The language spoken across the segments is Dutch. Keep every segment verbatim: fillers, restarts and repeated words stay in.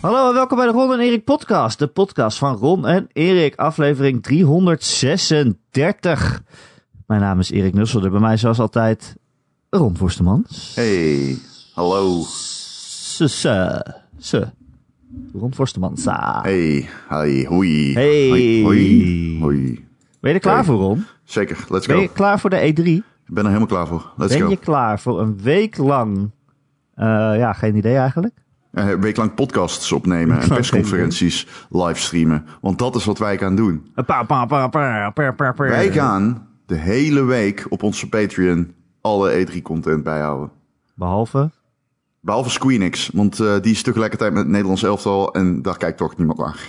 Hallo en welkom bij de Ron en Erik podcast. De podcast van Ron en Erik, aflevering driehonderdzesendertig. Mijn naam is Erik Nusselder, bij mij zoals altijd Ron Forstemans. Hey, hallo. Se, se, se. Ron Forstemans. Hey, hi, hoi. Hey. Hoi, hoi, hoi. Ben je er klaar Hey. voor, Ron? Zeker, let's Ben go. je klaar voor de E drie? Ik ben er helemaal klaar voor. Let's ben go. je klaar voor een week lang, uh, ja, geen idee eigenlijk. Uh, een week lang podcasts opnemen en persconferenties livestreamen. Want dat is wat wij gaan doen. Pa, pa, pa, pa, pa, pa, pa. Wij gaan de hele week op onze Patreon alle E drie content bijhouden. Behalve? Behalve Squeenix, want uh, die is tegelijkertijd met het Nederlands elftal en daar kijkt toch niemand naar.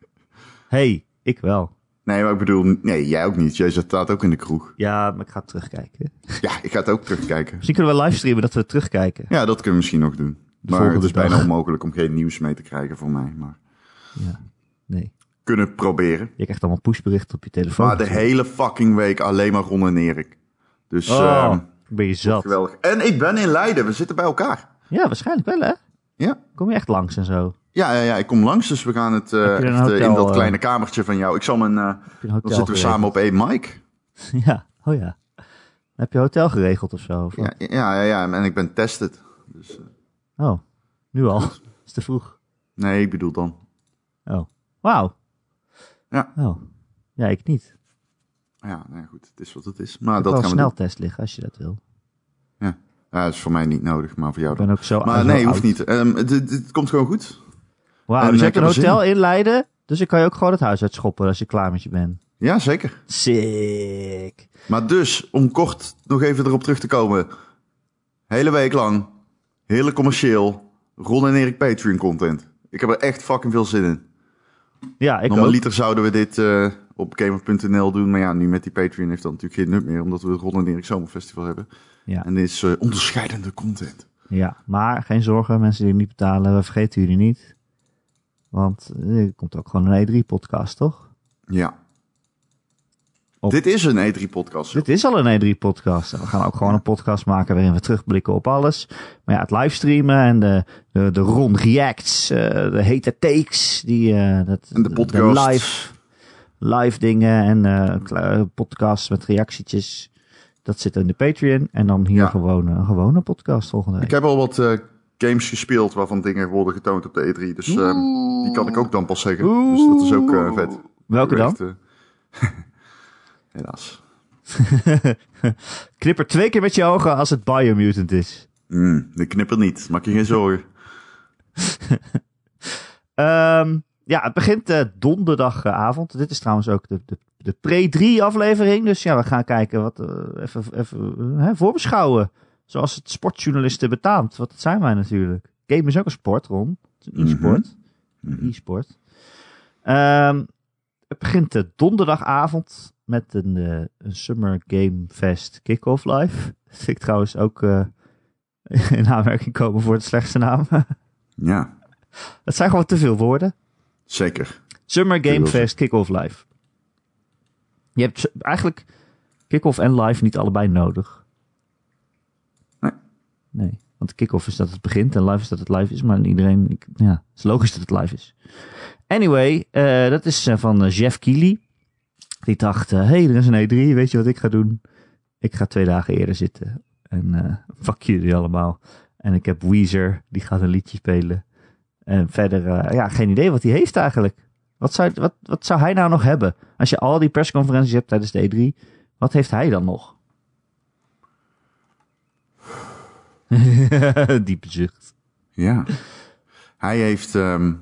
Hey, ik wel. Nee, maar ik bedoel, nee, jij ook niet. Jij staat ook in de kroeg. Ja, maar ik ga terugkijken. Ja, ik ga het ook terugkijken. Misschien kunnen we livestreamen dat we terugkijken. Ja, dat kunnen we misschien nog doen. Maar volgende het is bijna dag. onmogelijk om geen nieuws mee te krijgen voor mij. Maar Ja, nee. kunnen proberen. Je krijgt allemaal pushberichten op je telefoon. Maar de hele fucking week alleen maar Ron en Erik. Dus Oh, uh, ben je zat. geweldig. En ik ben in Leiden. We zitten bij elkaar. Ja, waarschijnlijk wel, hè? Ja. Kom je echt langs en zo? Ja, ja, ja, ik kom langs. Dus we gaan het uh, Heb je een echt, uh, hotel, in dat uh, kleine kamertje van jou. Ik zal mijn... Uh, Heb je een hotel dan zitten we geregeld? samen op één mic. Ja, oh ja. Heb je hotel geregeld of zo? Of Ja, ja, ja, ja, en ik ben tested. Dus, uh, Oh, nu al. Is te vroeg. nee, ik bedoel dan. Oh, wauw. Ja. Oh, ja, ik niet. Ja, nou ja, goed. Het is wat het is. Maar Ik dat kan gaan een we doen. sneltest liggen als je dat wil. Ja. ja, dat is voor mij niet nodig, maar voor jou Ik dan. ben ook zo Maar zo nee, oud. hoeft niet. Um, het, het, het komt gewoon goed. Wauw, En, dus je uh, hebt een ik heb er hotel zin in Leiden. Dus ik kan je ook gewoon het huis uitschoppen als je klaar met je bent. Ja, zeker. Sick. Maar dus, om kort nog even erop terug te komen. Hele week lang, hele commercieel, Ron en Erik Patreon content. Ik heb er echt fucking veel zin in. Ja, ik ook. Normaliter zouden we dit uh, op gamer punt n l doen. Maar ja, nu met die Patreon heeft dat natuurlijk geen nut meer. Omdat we het Ron en Erik Zomerfestival hebben. Ja. En dit is uh, onderscheidende content. Ja, maar geen zorgen, mensen die niet betalen, we vergeten jullie niet. Want er komt ook gewoon een E drie podcast, toch? Ja. Op- Dit is een E drie podcast. Dit is al een E drie podcast. En we gaan ook gewoon een podcast maken waarin we terugblikken op alles. Maar ja, het livestreamen en de, de, de Ron Reacts, uh, de hete takes, die, uh, dat, En de podcast. live, live dingen en uh, podcasts met reactietjes. Dat zit in de Patreon. En dan hier Ja. gewoon een gewone podcast volgende week. Ik heb al wat uh, games gespeeld waarvan dingen worden getoond op de E drie. Dus uh, die kan ik ook dan pas zeggen. Oeh. Dus dat is ook uh, vet. Welke dan? Echt, uh, helaas. Knipper twee keer met je ogen als het Biomutant is. Mm, ik knipper niet, maak je geen zorgen. Um, ja, het begint uh, donderdagavond. Dit is trouwens ook de, de, de pre drie aflevering. Dus ja, we gaan kijken wat uh, even, even uh, hè, voorbeschouwen. Zoals het sportjournalisten betaamt. Want dat zijn wij natuurlijk. Game is ook een sport, Ron. Het is een e-sport. Mm-hmm. Een e-sport. Um, het begint uh, donderdagavond met een, uh, een Summer Game Fest Kick-Off Live. Dat vind ik trouwens ook uh, in aanmerking komen voor de slechtste naam. Ja, Het zijn gewoon te veel woorden. zeker. Summer Game Veel. Fest Kick-Off Live. Je hebt eigenlijk Kick-Off en Live niet allebei nodig. Nee. Nee, want Kick-Off is dat het begint en Live is dat het live is. Maar iedereen, ik, ja, het is logisch dat het live is. Anyway, uh, dat is uh, van uh, Jeff Keighley. Die dacht, hé, uh, hey, er is een E drie, weet je wat ik ga doen? Ik ga twee dagen eerder zitten. En uh, fuck jullie allemaal. En ik heb Weezer, die gaat een liedje spelen. En verder, uh, ja, geen idee wat hij heeft eigenlijk. Wat zou, wat, wat zou hij nou nog hebben? Als je al die persconferenties hebt tijdens de E drie, wat heeft hij dan nog? Diepe zucht. Ja. Hij heeft... Um,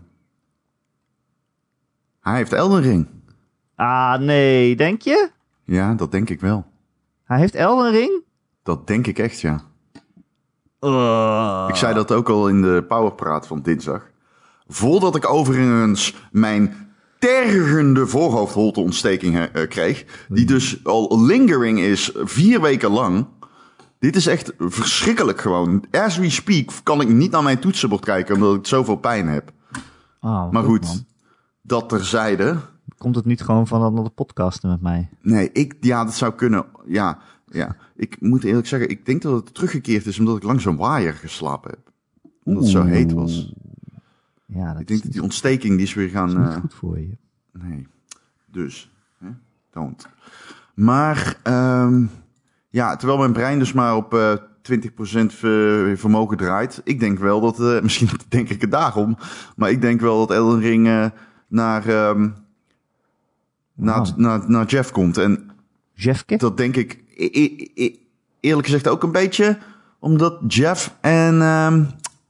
hij heeft Elden Ring. Ah, nee, denk je? Ja, dat denk ik wel. Hij heeft Elden Ring? Dat denk ik echt, ja. Uh. Ik zei dat ook al in de Powerpraat van dinsdag. Voordat ik overigens mijn tergende voorhoofdholteontsteking uh, kreeg, die dus al lingering is vier weken lang. Dit is echt verschrikkelijk gewoon. As we speak kan ik niet naar mijn toetsenbord kijken omdat ik zoveel pijn heb. Oh, maar goed, man. Dat terzijde. Komt het niet gewoon van de podcasten met mij? Nee, ik, ja, dat zou kunnen. Ja, ja, ik moet eerlijk zeggen, ik denk dat het teruggekeerd is omdat ik langs een waaier geslapen heb. Omdat het zo heet was. Ja, dat ik denk is dat die ontsteking die is weer gaan... niet, niet uh, goed voor je. Nee, dus. Hè? Don't. Maar, um, ja, terwijl mijn brein dus maar op uh, twintig procent vermogen draait. Ik denk wel dat, uh, misschien denk ik het daarom, maar ik denk wel dat Elden Ring uh, naar, um, wow. naar, naar, naar Jeff komt. En Jeffke? dat denk ik e- e- e- eerlijk gezegd ook een beetje, omdat Jeff en, um,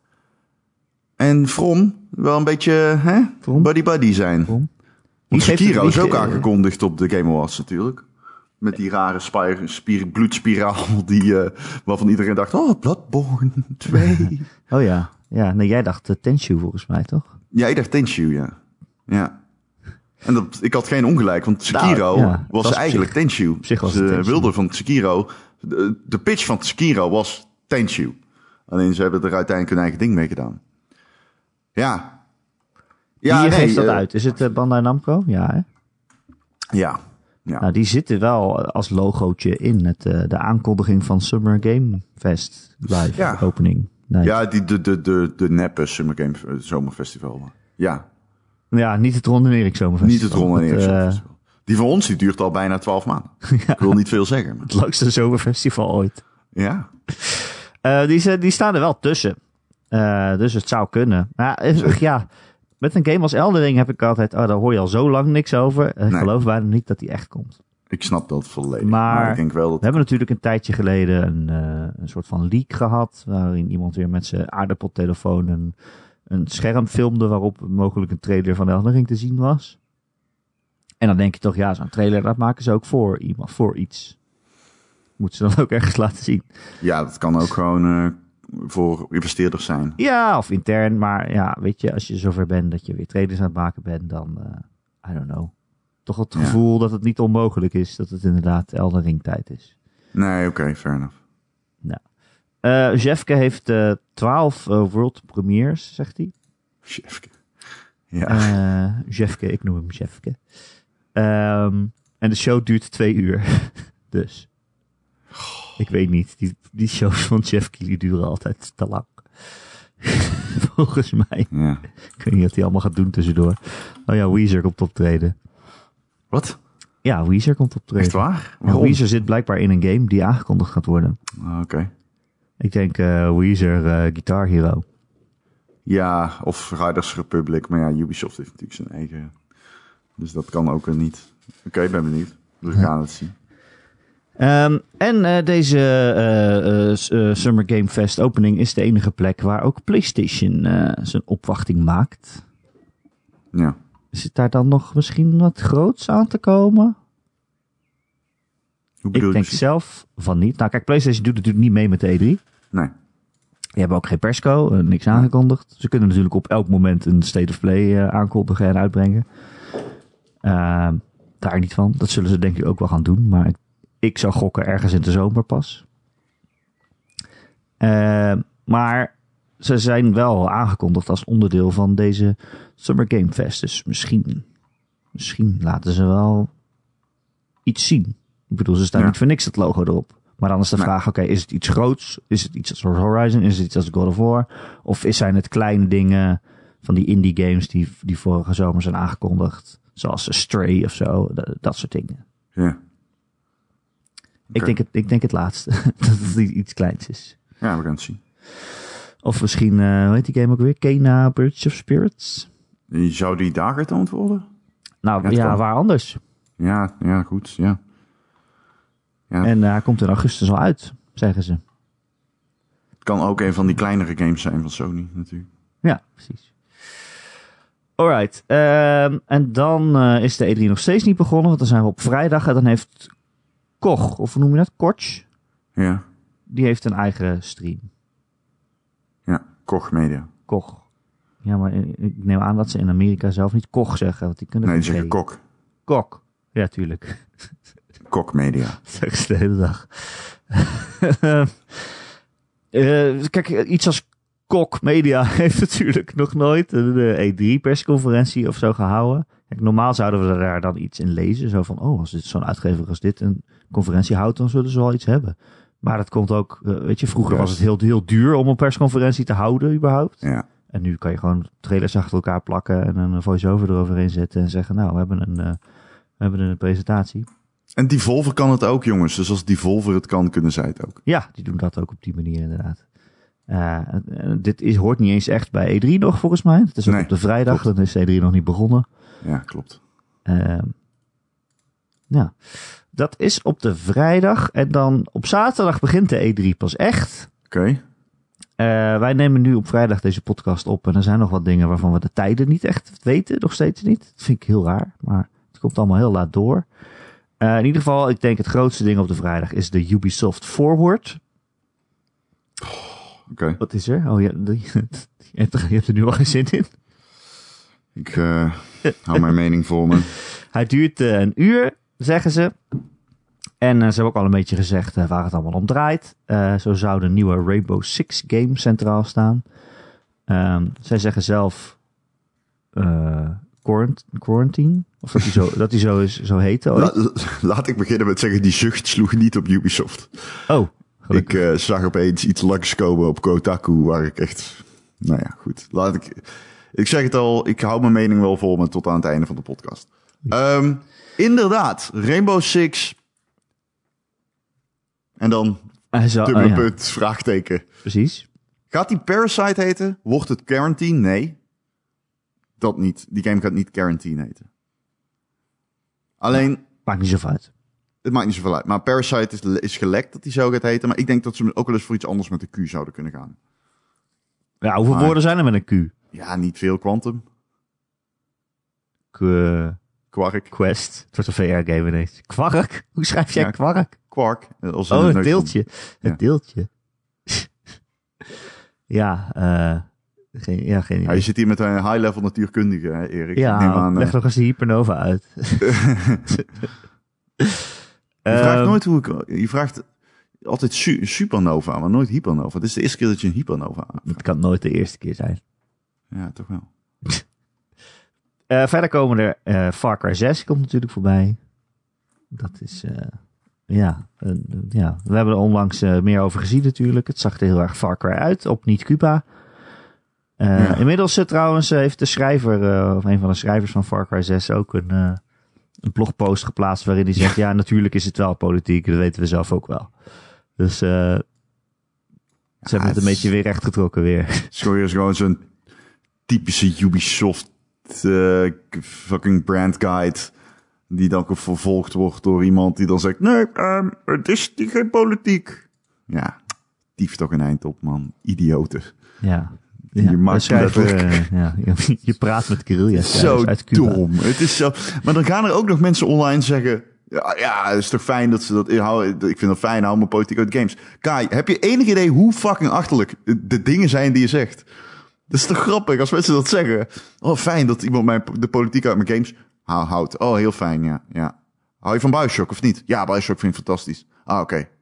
en From wel een beetje hè, buddy-buddy zijn. From? Want Sekiro is ook aangekondigd op de Game Awards natuurlijk. Met die rare spier, spier, bloedspiraal die, uh, waarvan iedereen dacht, oh, Bloodborne twee. Oh ja, ja. Nee, jij dacht uh, Tenchu volgens mij, toch? Ja, ik dacht Tenchu, ja. Ja. En dat, ik had geen ongelijk, want Sekiro nou, ja, was, was eigenlijk zich, Tenchu. Op zich was ze Tenchu. wilden van Sekiro, de, de pitch van Sekiro was Tenchu. Alleen ze hebben er uiteindelijk hun eigen ding mee gedaan. Ja. Ja, Wie nee, geeft dat uh, uit? Is het uh, Bandai Namco? Ja, hè? Ja. Ja. Nou, die zitten wel als logootje in het, uh, de aankondiging van Summer Game Fest live ja. opening. Night. Ja, die, de, de, de, de neppe Summer Game uh, Zomerfestival. Ja. Ja, niet het Ron en Erik Zomerfestival. Niet het Ron en Erik Zomerfestival. Uh, die van ons die duurt al bijna twaalf maanden. Ja. Ik wil niet veel zeggen. Maar. Het langste zomerfestival ooit. Ja. Uh, die, die staan er wel tussen. Uh, dus het zou kunnen. Maar uh, ja... Met een game als Elden Ring heb ik altijd... Oh, daar hoor je al zo lang niks over. Ik nee. geloof bijna niet dat die echt komt. Ik snap dat volledig. Maar, maar ik denk wel dat... we hebben natuurlijk een tijdje geleden een, uh, een soort van leak gehad. Waarin iemand weer met zijn aardappeltelefoon een, een scherm filmde. Waarop mogelijk een trailer van Elden Ring te zien was. En dan denk je toch, ja, zo'n trailer dat maken ze ook voor iemand, voor iets. Moeten ze dan ook ergens laten zien. Ja, dat kan ook gewoon... Uh... voor investeerders zijn. Ja, of intern. Maar ja, weet je, als je zover bent dat je weer trailers aan het maken bent, dan, uh, I don't know. Toch het gevoel ja. dat het niet onmogelijk is dat het inderdaad Elden Ring tijd is. Nee, oké, okay, fair enough. Nou. Uh, Jeffke heeft uh, twaalf uh, world premiers, zegt hij. Jeffke. Ja. Uh, Jeffke, ik noem hem Jeffke. Um, en de show duurt twee uur. Dus. Ik weet niet. Die, die shows van Jeff Keighley duren altijd te lang. Volgens mij. Ja. Ik weet niet wat hij allemaal gaat doen tussendoor. Oh ja, Weezer komt optreden. Wat? Ja, Weezer komt optreden. Echt waar? Ja, Weezer zit blijkbaar in een game die aangekondigd gaat worden. Oké. Okay. Ik denk uh, Weezer uh, Guitar Hero. Ja, of Riders Republic. Maar ja, Ubisoft heeft natuurlijk zijn eigen... Dus dat kan ook weer niet. Oké, okay, ben benieuwd. We gaan ja. het zien. Um, en uh, deze uh, uh, uh, Summer Game Fest opening is de enige plek waar ook PlayStation uh, zijn opwachting maakt. Ja. Zit daar dan nog misschien wat groots aan te komen? Hoe Ik denk misschien? zelf van niet. Nou kijk, PlayStation doet natuurlijk niet mee met de E drie. Nee. Die hebben ook geen persco, uh, niks aangekondigd. Nee. Ze kunnen natuurlijk op elk moment een State of Play uh, aankondigen en uitbrengen. Uh, daar niet van. Dat zullen ze denk ik ook wel gaan doen, maar... Ik zou gokken ergens in de zomer pas. Uh, maar ze zijn wel aangekondigd als onderdeel van deze Summer Game Fest. Dus misschien, misschien laten ze wel iets zien. Ik bedoel, ze staan ja. niet voor niks het logo erop. Maar dan is de nee. vraag, oké, okay, is het iets groots? Is het iets als Horizon? Is het iets als God of War? Of zijn het kleine dingen van die indie games die, die vorige zomer zijn aangekondigd? Zoals Stray of zo, dat, dat soort dingen. Ja. Ik, okay. denk het, ik denk het laatste. Dat het iets kleins is. Ja, we gaan het zien. Of misschien, uh, hoe heet die game ook weer? Kena Bridge of Spirits? Zou die daar getoond worden? Nou ja, ja waar anders? Ja, ja goed. Ja. Ja. En hij uh, komt in augustus al uit, zeggen ze. Het kan ook een van die kleinere games zijn van Sony natuurlijk. Ja, precies. Alright. Uh, en dan uh, is de E drie nog steeds niet begonnen. Want dan zijn we op vrijdag. En dan heeft... Koch, of hoe noem je dat? Koch? Ja. Die heeft een eigen stream. Ja, Koch Media. Koch. Ja, maar ik neem aan dat ze in Amerika zelf niet Koch zeggen. Want die kunnen nee, die zeggen Kok. Kok. Ja, tuurlijk. Koch Media. Dat zeg ze de hele dag. uh, kijk, iets als Koch Media heeft natuurlijk nog nooit de E drie persconferentie of zo gehouden. Kijk, normaal zouden we daar dan iets in lezen. Zo van, oh, als dit zo'n uitgever als dit een conferentie houdt, dan zullen ze wel iets hebben. Maar dat komt ook, uh, weet je, vroeger was het heel, heel duur om een persconferentie te houden überhaupt. Ja. En nu kan je gewoon trailers achter elkaar plakken en een voice-over eroverheen zetten en zeggen, nou, we hebben een, uh, we hebben een presentatie. En Devolver kan het ook, jongens. Dus als Devolver het kan, kunnen zij het ook. Ja, die doen dat ook op die manier inderdaad. Uh, dit is, hoort niet eens echt bij E drie nog, volgens mij. Het is ook Nee, op de vrijdag, klopt. dan is E drie nog niet begonnen. Ja, klopt. Uh, ja, dat is op de vrijdag. En dan op zaterdag begint de E drie pas echt. Oké. Okay. Uh, wij nemen nu op vrijdag deze podcast op. En er zijn nog wat dingen waarvan we de tijden niet echt weten. Nog steeds niet. Dat vind ik heel raar. Maar het komt allemaal heel laat door. Uh, in ieder geval, ik denk het grootste ding op de vrijdag is de Ubisoft Forward. Oké. Okay. Wat is er? Oh ja, je, hebt er, je hebt er nu al geen zin in. Ik uh, hou mijn mening voor me. Hij duurt uh, een uur, zeggen ze. En uh, ze hebben ook al een beetje gezegd uh, waar het allemaal om draait. Uh, zo zou de nieuwe Rainbow Six game centraal staan. Um, zij zeggen zelf uh, quarant- quarantine. Of dat hij zo, dat hij zo, is, zo heette ooit. La, laat ik beginnen met zeggen, die zucht sloeg niet op Ubisoft. Oh, gelukkig. Ik uh, zag opeens iets langskomen op Kotaku waar ik echt... Nou ja, goed. Laat ik... Ik zeg het al, ik hou mijn mening wel voor me tot aan het einde van de podcast. Um, inderdaad, Rainbow Six... En dan dubbele uh, ja. punt, vraagteken. Precies. Gaat die Parasite heten? Wordt het Quarantine? Nee. Dat niet. Die game gaat niet Quarantine heten. Alleen... Ja, maakt niet zoveel uit. Het maakt niet zoveel uit. Maar Parasite is, is gelekt dat die zo gaat heten. Maar ik denk dat ze ook wel eens voor iets anders met een Q zouden kunnen gaan. Ja, hoeveel maar, woorden zijn er met een Q? Ja, niet veel. Quantum. Q... Quark. Quest. Het wordt een V R-game ineens. Kwark? Hoe schrijf jij ja, Kwark? Quark. Als oh, het deeltje. Van... Het ja. deeltje. ja, uh, geen, ja, geen idee. Ja, je zit hier met een high-level natuurkundige, hè, Erik. Ja, neem aan, leg uh... nog eens de hypernova uit. je vraagt um, nooit hoe ik... Je vraagt altijd su- supernova, maar nooit hypernova. Het is de eerste keer dat je een hypernova aanvraagt. Het kan nooit de eerste keer zijn. Ja, toch wel. uh, verder komen er... Uh, Far Cry zes komt natuurlijk voorbij. Dat is... Uh, Ja, uh, ja, we hebben er onlangs uh, meer over gezien natuurlijk. Het zag er heel erg Far Cry uit op niet-Cuba. Uh, ja. Inmiddels uh, trouwens uh, heeft de schrijver, uh, of een van de schrijvers van Far Cry zes ook een, uh, een blogpost geplaatst waarin hij zegt, ja. ja, natuurlijk is het wel politiek, dat weten we zelf ook wel. Dus uh, ze ja, hebben het een beetje weer recht getrokken weer. Het is gewoon, gewoon zo'n typische Ubisoft uh, fucking brand guide. Die dan ook vervolgd wordt door iemand die dan zegt... Nee, um, het is geen politiek. Ja, dief toch een eind op, man. Idioten. Ja. Je ja, maakt schrijver, uh, ja, je, je praat met guerrilla's. Zo uit Cuba. dom. Het is zo... Maar dan gaan er ook nog mensen online zeggen... Ja, ja, het is toch fijn dat ze dat... Ik vind het fijn, hou me politiek uit games. Kai, heb je enig idee hoe fucking achterlijk de dingen zijn die je zegt? Dat is toch grappig als mensen dat zeggen? Oh, fijn dat iemand mijn, de politiek uit mijn games... houdt. Oh, heel fijn, ja. ja. Hou je van Bioshock of niet? Ja, Bioshock vind ik fantastisch. Ah, oké. Okay.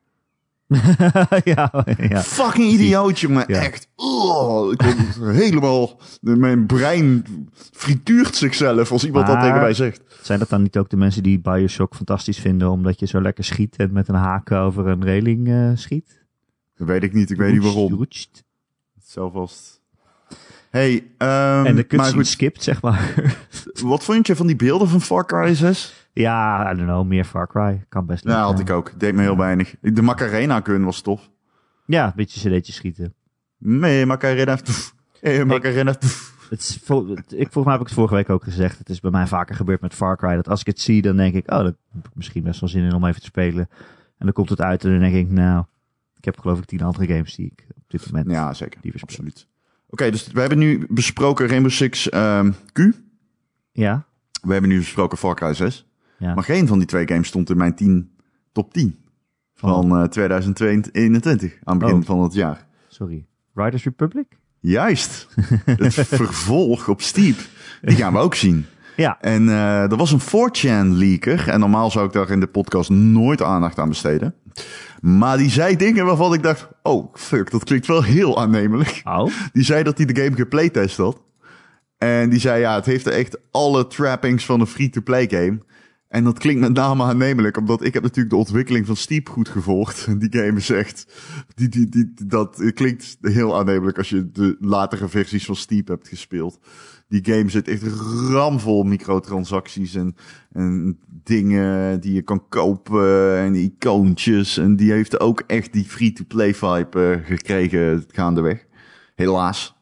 ja, ja. Fucking idioot, jongen. Ja. Echt. Oh, ik word helemaal... Mijn brein frituurt zichzelf als iemand maar, dat tegen mij zegt. Zijn dat dan niet ook de mensen die Bioshock fantastisch vinden... omdat je zo lekker schiet en met een haak over een reling uh, schiet? Dat weet ik niet. Ik weet niet waarom. Roetst. Zelf als... Hey, um, en de cutscene skipt, zeg maar. Wat vond je van die beelden van Far Cry zes? Ja, I don't know, meer Far Cry. Kan best leuk. Ja, had ik ook. Deed me heel weinig. De Macarena-kun was tof. Ja, een beetje cd'tjes schieten. Nee, Macarena. Hey, Macarena. Ik, het is, ik, volgens mij heb ik het vorige week ook gezegd. Het is bij mij vaker gebeurd met Far Cry. Dat als ik het zie, dan denk ik, oh, dat heb ik misschien best wel zin in om even te spelen. En dan komt het uit en dan denk ik, nou, ik heb geloof ik tien andere games die ik op dit moment... Ja, zeker. Die absoluut. Oké, okay, dus we hebben nu besproken Rainbow Six um, Q. Ja. We hebben nu besproken Far Cry zes. Ja. Maar geen van die twee games stond in mijn tien, top tien van uh, tweeduizend eenentwintig aan het begin oh. van het jaar. Sorry. Riders Republic? Juist. Het vervolg op Steep. Die gaan we ook zien. Ja. En uh, er was een four chan leaker. En normaal zou ik daar in de podcast nooit aandacht aan besteden. Maar die zei dingen waarvan ik dacht... Oh, fuck, dat klinkt wel heel aannemelijk. Oh. Die zei dat hij de game geplaytest had. En die zei, ja, het heeft echt alle trappings van een free-to-play game. En dat klinkt met name aannemelijk, omdat ik heb natuurlijk de ontwikkeling van Steep goed gevolgd. En die game is echt, die, die, die, dat klinkt heel aannemelijk als je de latere versies van Steep hebt gespeeld. Die game zit echt ramvol microtransacties en, en dingen die je kan kopen en icoontjes. En die heeft ook echt die free-to-play vibe uh, gekregen gaandeweg. Helaas.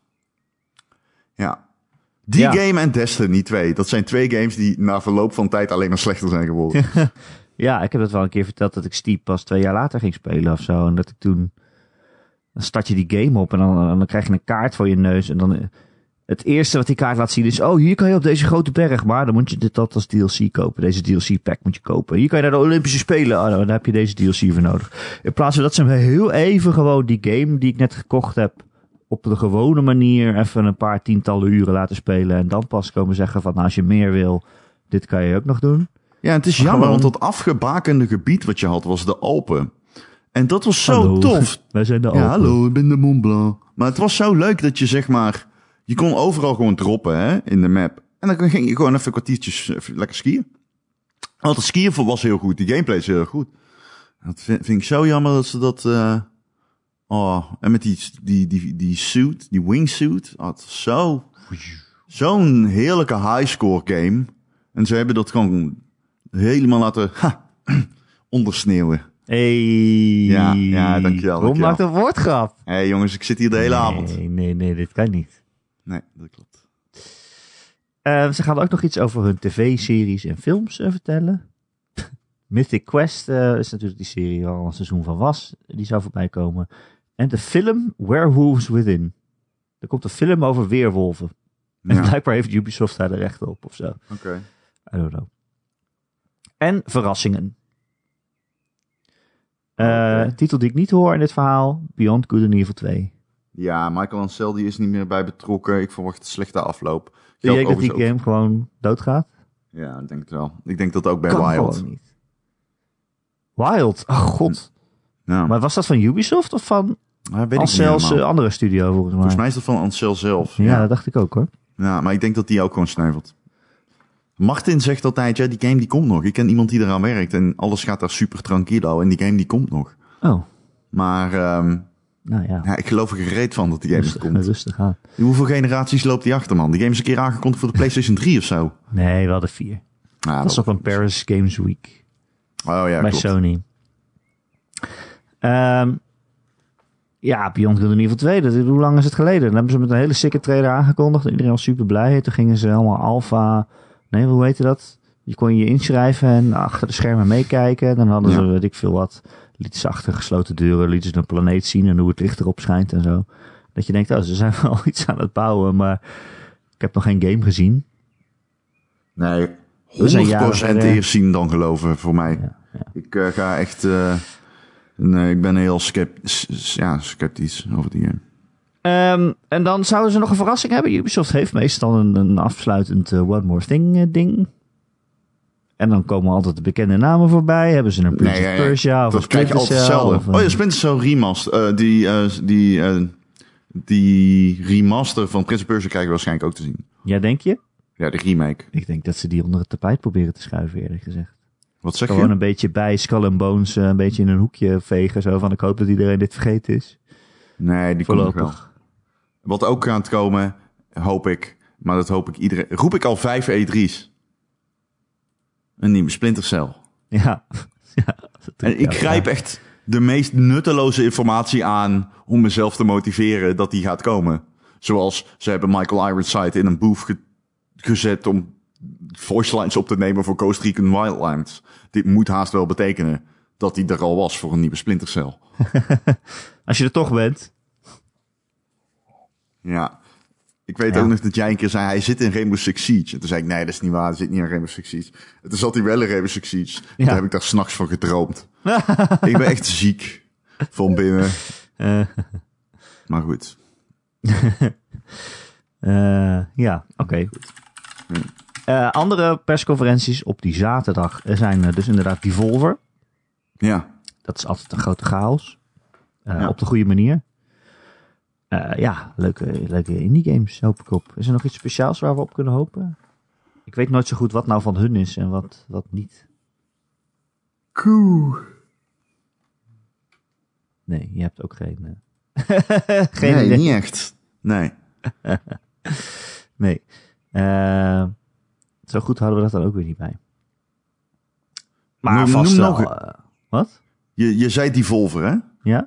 Ja. Die ja. game en Destiny twee. Dat zijn twee games die na verloop van tijd alleen maar slechter zijn geworden. Ja, ik heb het wel een keer verteld dat ik Steep pas twee jaar later ging spelen of zo. En dat ik toen... Dan start je die game op en dan, dan krijg je een kaart voor je neus. En dan... Het eerste wat die kaart laat zien is... Oh, hier kan je op deze grote berg. Maar dan moet je dit dat als D L C kopen. Deze D L C pack moet je kopen. Hier kan je naar de Olympische Spelen. Oh, dan heb je deze D L C voor nodig. In plaats van dat ze heel even gewoon die game die ik net gekocht heb... op de gewone manier even een paar tientallen uren laten spelen. En dan pas komen zeggen van... Nou, als je meer wil, dit kan je ook nog doen. Ja, het is jammer, gewoon... want dat afgebakende gebied wat je had was de Alpen. En dat was zo hallo. tof. Wij zijn de Alpen. Ja, hallo, ik ben de Mont Blanc. Maar het was zo leuk dat je zeg maar... Je kon overal gewoon droppen hè, in de map. En dan ging je gewoon even kwartiertjes even lekker skiën. Want het skiën was heel goed. Die gameplay is heel goed. Dat vind, vind ik zo jammer dat ze dat... Uh... Oh, en met die, die, die, die suit, die wingsuit. Oh, het was zo... Zo'n heerlijke highscore game. En ze hebben dat gewoon helemaal laten ha, ondersneeuwen. Hey. Ja, ja, dankjewel. Waarom maakt een woordgrap? Hé hey, jongens, ik zit hier de hele nee, avond. Nee, nee, nee, dit kan niet. Nee, dat klopt. Uh, ze gaan ook nog iets over hun tv-series en films uh, vertellen. Mythic Quest uh, is natuurlijk die serie waar al een seizoen van was. Die zou voorbij komen. En de film Werewolves Within. Er komt een film over weerwolven. En ja. blijkbaar heeft Ubisoft daar de rechten op of zo. Oké. Okay. I don't know. En verrassingen. Uh, okay. Titel die ik niet hoor in dit verhaal. Beyond Good and Evil twee. Ja, Michael Ancel die is niet meer bij betrokken. Ik verwacht een slechte afloop. Denk je dat die game over... gewoon doodgaat? Ja, ik denk het wel. Ik denk dat ook bij kan Wild. Niet. Wild? Oh god. Ja. Maar was dat van Ubisoft of van ja, Ancel's uh, andere studio volgens mij? Volgens mij is dat van Ancel zelf. Ja, ja, dat dacht ik ook hoor. Ja, maar ik denk dat die ook gewoon sneuvelt. Martin zegt altijd, ja, die game die komt nog. Ik ken iemand die eraan werkt en alles gaat daar super tranquilo. En die game die komt nog. Oh. Maar um, nou ja. ja, ik geloof er gereed van dat die game rustig, komt. Rustig aan. Hoeveel generaties loopt die achter, man? Die game is een keer aangekondigd voor de PlayStation drie of zo. Nee, we hadden vier. Ah, dat was op een Paris Games Week. Oh ja, bij klopt. Sony. Um, ja, Beyond Good and Evil twee. Dat, hoe lang is het geleden? Dan hebben ze met een hele sikke trailer aangekondigd. Iedereen was super blij. Toen gingen ze helemaal alpha... Nee, hoe heette dat? Je kon je inschrijven en achter de schermen meekijken. Dan hadden ze, ja. weet ik veel wat... lieten ze achter gesloten deuren, lieten ze een planeet zien en hoe het licht erop schijnt en zo. Dat je denkt, oh, ze zijn wel iets aan het bouwen, maar ik heb nog geen game gezien. Nee, honderd procent eerst zien dan geloven voor mij. Ja, ja. Ik uh, ga echt... Uh, nee, ik ben heel sceptisch, ja, sceptisch over die game. Um, en dan zouden ze nog een verrassing hebben. Ubisoft heeft meestal een, een afsluitend uh, One More Thing uh, ding. En dan komen altijd de bekende namen voorbij. Hebben ze een Prince nee, of Persia of dat krijg je altijd hetzelfde. Of, uh... Oh ja, Splinter Cell remaster. Uh, die, uh, die, uh, die remaster van Prince of Persia krijgen we waarschijnlijk ook te zien. Ja, denk je? Ja, de remake. Ik denk dat ze die onder het tapijt proberen te schuiven, eerlijk gezegd. Wat zeg Gewoon je? een beetje bij Skull and Bones, uh, een beetje in een hoekje vegen. Zo van, ik hoop dat iedereen dit vergeten is. Nee, die Voorlopig. komt nog wel. Wat ook gaat komen, hoop ik. Maar dat hoop ik iedereen. Roep ik al vijf E drie's. Een nieuwe Splinter Cell. Ja. ja en ik grijp ja. echt de meest nutteloze informatie aan om mezelf te motiveren dat die gaat komen. Zoals, ze hebben Michael Ironside in een booth ge- gezet om voice lines op te nemen voor Ghost Recon Wildlands. Dit moet haast wel betekenen dat hij er al was voor een nieuwe Splinter Cell. Als je er toch bent. Ja. Ik weet ja. ook nog dat jij een keer zei, hij zit in Rainbow Six Siege. En toen zei ik, nee, dat is niet waar, hij zit niet in Rainbow Six Siege. En toen zat hij wel in Rainbow Six Siege. Ja. Toen heb ik daar 's nachts van gedroomd. Ik ben echt ziek van binnen. Uh. Maar goed. uh, ja, oké. Okay. Uh, andere persconferenties op die zaterdag zijn uh, dus inderdaad Devolver. Ja. Dat is altijd een grote chaos. Uh, ja. Op de goede manier. Uh, ja, leuke, leuke indie games hoop ik op. Is er nog iets speciaals waar we op kunnen hopen? Ik weet nooit zo goed wat nou van hun is en wat, wat niet. Koe. Nee, je hebt ook geen... Uh... geen nee, idee. niet echt. Nee. nee. Uh, zo goed hadden we dat dan ook weer niet bij. Maar noem, vast noem wel... nog... Uh, wat? Je, je zei Devolver, hè? Ja?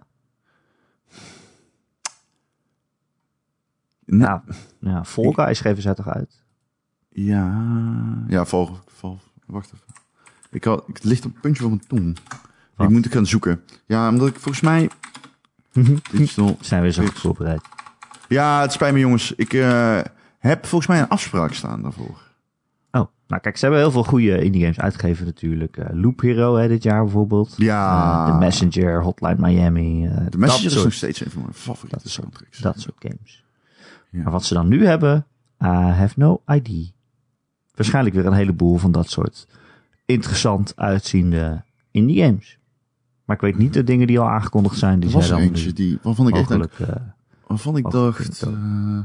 Nee. Nou, ja, Fall Guys geven zij toch uit? Ja... Ja, vol, vol, wacht even. Ik had, ik, het ligt op het puntje van mijn tong. Wat? Ik moet het gaan zoeken. Ja, omdat ik volgens mij... digital... Zijn we zo goed voorbereid? Ja, het spijt me jongens. Ik uh, heb volgens mij een afspraak staan daarvoor. Oh, nou kijk, ze hebben heel veel goede indie games uitgegeven natuurlijk. Uh, Loop Hero hè, dit jaar bijvoorbeeld. Ja. Uh, The Messenger, Hotline Miami. Uh, The Messenger is soort, nog steeds een van mijn favoriete soundtracks. Dat soort games. Ja. Maar wat ze dan nu hebben, I have no idea. Waarschijnlijk weer een heleboel van dat soort interessant uitziende indie games. Maar ik weet niet de dingen die al aangekondigd zijn. Die er was zij er dan eentje die, waarvan ik mogelijk, echt uh, waarvan ik dacht... Uh,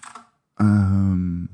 um,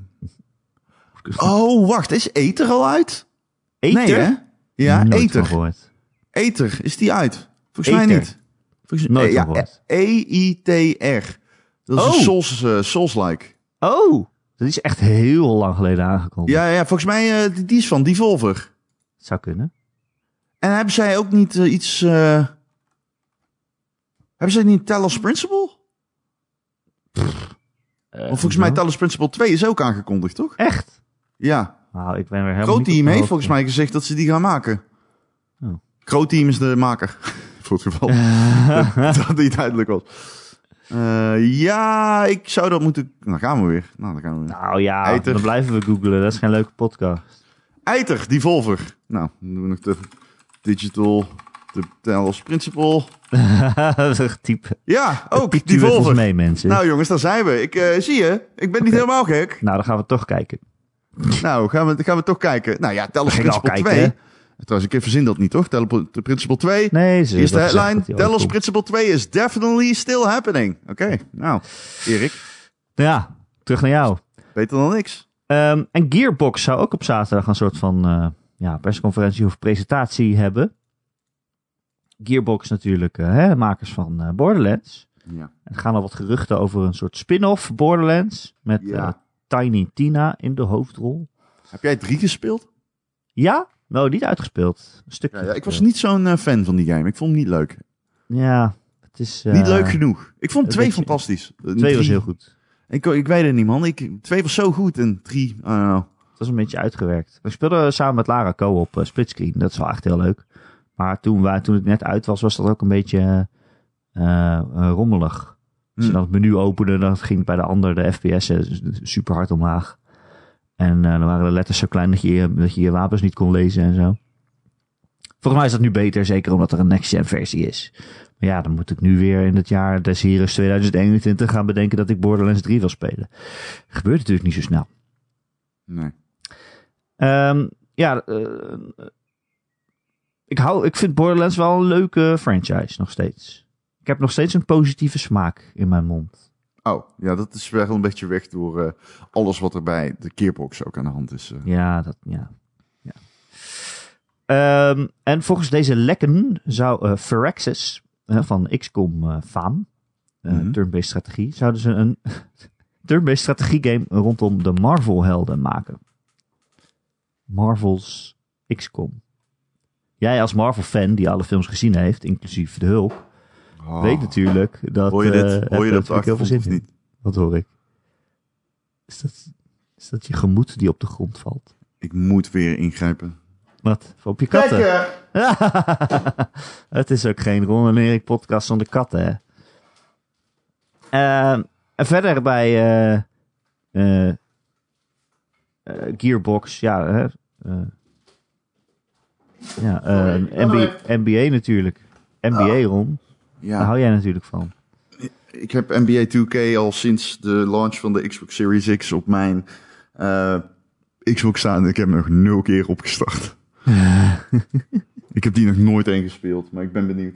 uh, oh, wacht. Is Ether al uit? Ether? Nee, hè? Ja, Nooit Ether. van gehoord. Ether, is die uit? Volgens Ether. mij niet. Volgens, Nooit eh, van ja, gehoord. E I T R. Dat is Oh. een Souls, uh, Souls-like. Oh, dat is echt heel lang geleden aangekondigd. Ja, ja, volgens mij uh, die, die is van Devolver. Dat zou kunnen. En hebben zij ook niet uh, iets... Uh, hebben zij niet Talos Principle? Uh, of volgens mij Talos Principle twee is ook aangekondigd, toch? Echt? Ja. Nou, ik ben weer helemaal Groot niet op Team de heeft hoogte. volgens mij gezegd dat ze die gaan maken. Oh. Groot Team is de maker. Voor het geval dat, dat niet duidelijk was. Uh, ja, ik zou dat moeten... Nou gaan we weer. Nou, dan gaan we weer. Nou ja, Eiter. dan blijven we googlen. Dat is geen leuke podcast. Eiter, Devolver. Nou, dan doen we nog de Digital, de Talos Principle. Dat is echt type. Ja, ook Piet u met ons Devolver. mee, mensen. Nou jongens, daar zijn we. Ik uh, zie je, ik ben niet Okay. helemaal gek. Nou, dan gaan we toch kijken. Nou, gaan we, gaan we toch kijken. Nou ja, Talos Ging al Principle kijken, twee. Trouwens, ik verzin dat niet, toch? Talos Principle twee. Nee, ze Hier is de dat gezegd headline. dat die Talos overkomt. Principle twee is definitely still happening. Oké, okay, nou, Erik, Ja, terug naar jou. beter dan niks. Um, en Gearbox zou ook op zaterdag een soort van uh, ja, persconferentie of presentatie hebben. Gearbox natuurlijk, uh, hè, makers van uh, Borderlands. Ja. Er gaan al wat geruchten over een soort spin-off Borderlands. Met Ja. uh, Tiny Tina in de hoofdrol. Heb jij drie gespeeld? Ja? Nou, niet uitgespeeld. Een stukje. Ja, ja, ik was niet zo'n uh, fan van die game. Ik vond hem niet leuk. Ja, het is... Uh, niet leuk genoeg. Ik vond een twee beetje- fantastisch. Uh, Twee drie- was heel goed. Ik, ik weet het niet, man. Ik, twee was zo goed en drie, I don't know. Het was een beetje uitgewerkt. We speelden samen met Lara co-op uh, splitscreen. Dat is wel echt heel leuk. Maar toen, wij, toen het net uit was, was dat ook een beetje uh, uh, rommelig. Als je Hmm. dan het menu opende, dan ging het bij de ander de F P S'en super hard omlaag. En uh, dan waren de letters zo klein dat je, dat je je wapens niet kon lezen en zo. Volgens mij is dat nu beter, zeker omdat er een next-gen versie is. Maar ja, dan moet ik nu weer in het jaar des Heres tweeduizend eenentwintig gaan bedenken dat ik Borderlands drie wil spelen. Gebeurt natuurlijk niet zo snel. Nee. Um, ja, uh, ik, hou, ik vind Borderlands wel een leuke franchise nog steeds. Ik heb nog steeds een positieve smaak in mijn mond. Oh, ja, dat is wel een beetje weg door uh, alles wat er bij de Gearbox ook aan de hand is. Uh. Ja, dat, ja. ja. Um, en volgens deze lekken zou uh, Firaxis uh, van X COM uh, faam, uh, Mhm. turn-based strategie, zouden ze een turn-based strategie game rondom de Marvel-helden maken. Marvel's X COM. Jij als Marvel-fan die alle films gezien heeft, inclusief de Hulk, Oh. weet natuurlijk dat... Hoor je dit? uh, Hoor je heb- dat heb ik heel veel achtergrond zin of in. niet? Wat hoor ik? Is dat, is dat je gemoed die op de grond valt? Ik moet weer ingrijpen. Wat? Op je katten? Lekker! Het is ook geen Ron en Erik podcast zonder katten, hè? Uh, en verder bij uh, uh, uh, Gearbox, ja, hè, uh, ja uh, N B A, N B A natuurlijk. N B A, Ron, daar Ja, hou jij natuurlijk van. ik heb N B A two K al sinds de launch van de Xbox Series X op mijn uh, Xbox staan. Ik heb hem nog nul keer opgestart. Ik heb die nog nooit één gespeeld, maar ik ben benieuwd.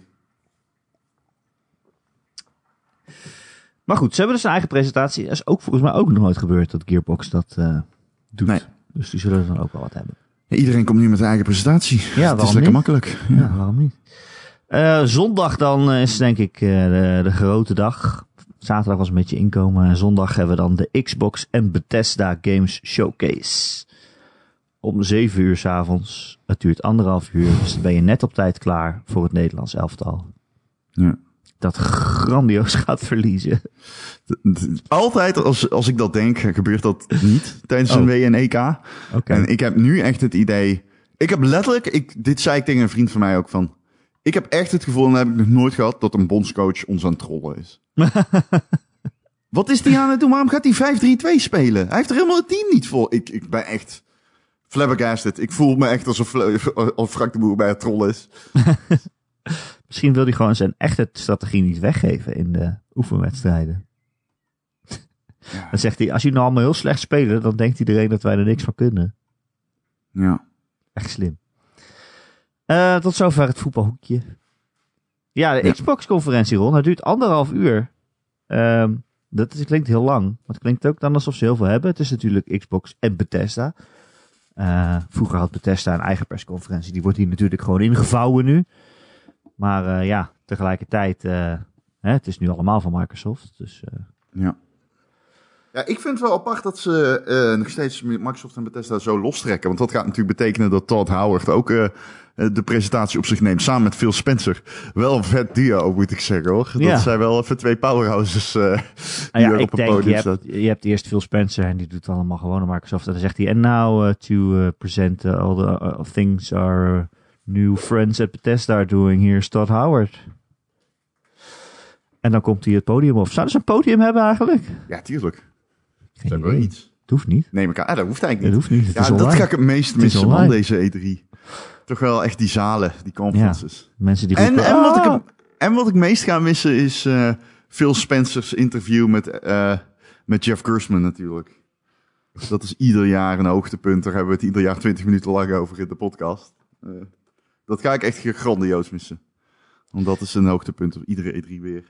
Maar goed, ze hebben dus een eigen presentatie. Dat is ook volgens mij ook nog nooit gebeurd dat Gearbox dat uh, doet. Nee. Dus die zullen dan ook wel wat hebben. Ja, iedereen komt nu met zijn eigen presentatie. Ja, het is waarom lekker niet? makkelijk. Ja. Ja, waarom niet? Uh, zondag dan is denk ik uh, de, de grote dag. Zaterdag was een beetje inkomen. En zondag hebben we dan de Xbox en Bethesda Games Showcase. Om zeven uur 's avonds. Het duurt anderhalf uur. Dus dan ben je net op tijd klaar voor het Nederlands elftal. Ja. Dat grandioos gaat verliezen. Altijd als, als ik dat denk, gebeurt dat niet tijdens Oh. een W N E K. Oké. En ik heb nu echt het idee... Ik heb letterlijk... Ik, dit zei ik tegen een vriend van mij ook van... Ik heb echt het gevoel, en dat heb ik nog nooit gehad... dat een bondscoach ons aan het trollen is. Wat is die aan het doen? Waarom gaat hij vijf drie twee spelen? Hij heeft er helemaal het team niet voor. Ik, ik ben echt flabbergasted. Ik voel me echt alsof, alsof Frank de Boer bij het trollen is. Misschien wil hij gewoon zijn echte strategie niet weggeven in de oefenwedstrijden. Ja. Dan zegt hij, als jullie nou allemaal heel slecht spelen, dan denkt iedereen dat wij er niks van kunnen. Ja. Echt slim. Uh, tot zover het voetbalhoekje. Ja, de Ja. Xbox-conferentie, Ron, dat duurt anderhalf uur. Um, dat is, klinkt heel lang. Maar het klinkt ook dan alsof ze heel veel hebben. Het is natuurlijk Xbox en Bethesda. Uh, vroeger had Bethesda een eigen persconferentie. Die wordt hier natuurlijk gewoon ingevouwen nu. Maar uh, ja, tegelijkertijd... Uh, hè, het is nu allemaal van Microsoft. Dus, uh... Ja. Ja, ik vind het wel apart dat ze uh, nog steeds Microsoft en Bethesda zo lostrekken. Want dat gaat natuurlijk betekenen dat Todd Howard ook uh, de presentatie op zich neemt. Samen met Phil Spencer. Wel een vet duo, moet ik zeggen hoor. Ja. Dat zijn wel even twee powerhouses uh, die nou ja, er ik op het denk, podium je staan. hebt, je hebt eerst Phil Spencer en die doet allemaal gewoon op Microsoft. En dan zegt hij, and now uh, to uh, present uh, all the uh, things our uh, new friends at Bethesda are doing. Here's Todd Howard. En dan komt hij het podium op. Zouden ze een podium hebben eigenlijk? Ja, tuurlijk. Geen Ze hebben wel idee. iets. Het hoeft niet. Neem ik aan. Ah, dat hoeft eigenlijk Dat niet. hoeft niet. Het Ja, is dat online. ga ik het meest Het is missen van online. deze E drie. Toch wel echt die zalen, die conferences. Mensen die En, roepen, en, wat ik, "Ah!" hem- en wat ik meest ga missen is uh, Phil Spencer's interview met, uh, met Jeff Gerstmann natuurlijk. Dat is ieder jaar een hoogtepunt. Daar hebben we het ieder jaar twintig minuten lang over in de podcast. Uh, dat ga ik echt grandioos missen. Want dat is een hoogtepunt op iedere E drie weer.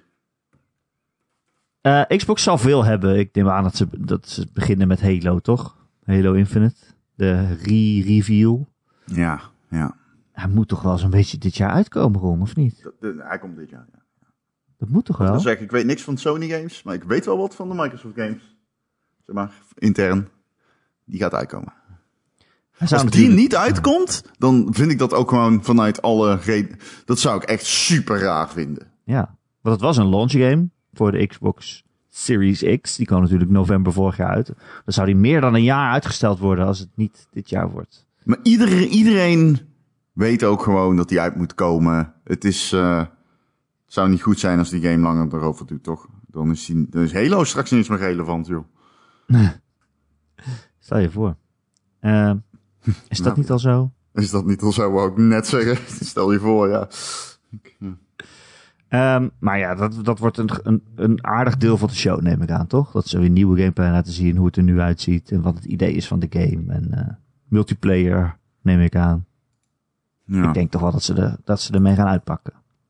Uh, Xbox zal veel hebben. Ik neem aan dat ze, dat ze beginnen met Halo, toch? Halo Infinite. De re-reveal. Ja, ja. Hij moet toch wel zo'n beetje dit jaar uitkomen, Ron, of niet? Dat, de, hij komt dit jaar, ja. Dat moet toch Ik wil wel? zeggen, ik weet niks van Sony games, maar ik weet wel wat van de Microsoft games. Zeg maar, intern. Die gaat uitkomen. Hij zou Als die natuurlijk- niet uitkomt, dan vind ik dat ook gewoon vanuit alle reden... Dat zou ik echt super raar vinden. Ja, want het was een launch game voor de Xbox Series X. Die kwam natuurlijk november vorig jaar uit. Dan zou die meer dan een jaar uitgesteld worden als het niet dit jaar wordt. Maar iedereen, iedereen weet ook gewoon dat die uit moet komen. Het is... Uh, het zou niet goed zijn als die game langer erover doet, toch? Dan is, die, dan is Halo straks niet eens meer relevant, joh. Stel je voor. Uh, is dat Nou, niet al zo? Is dat niet al zo, wou ik net zeggen. Stel je voor, ja. Um, maar ja, dat, dat wordt een, een, een aardig deel van de show, neem ik aan, toch? Dat ze weer nieuwe gameplay laten zien, hoe het er nu uitziet en wat het idee is van de game. En uh, multiplayer, neem ik aan. Ja. Ik denk toch wel dat ze, de, dat ze ermee gaan uitpakken.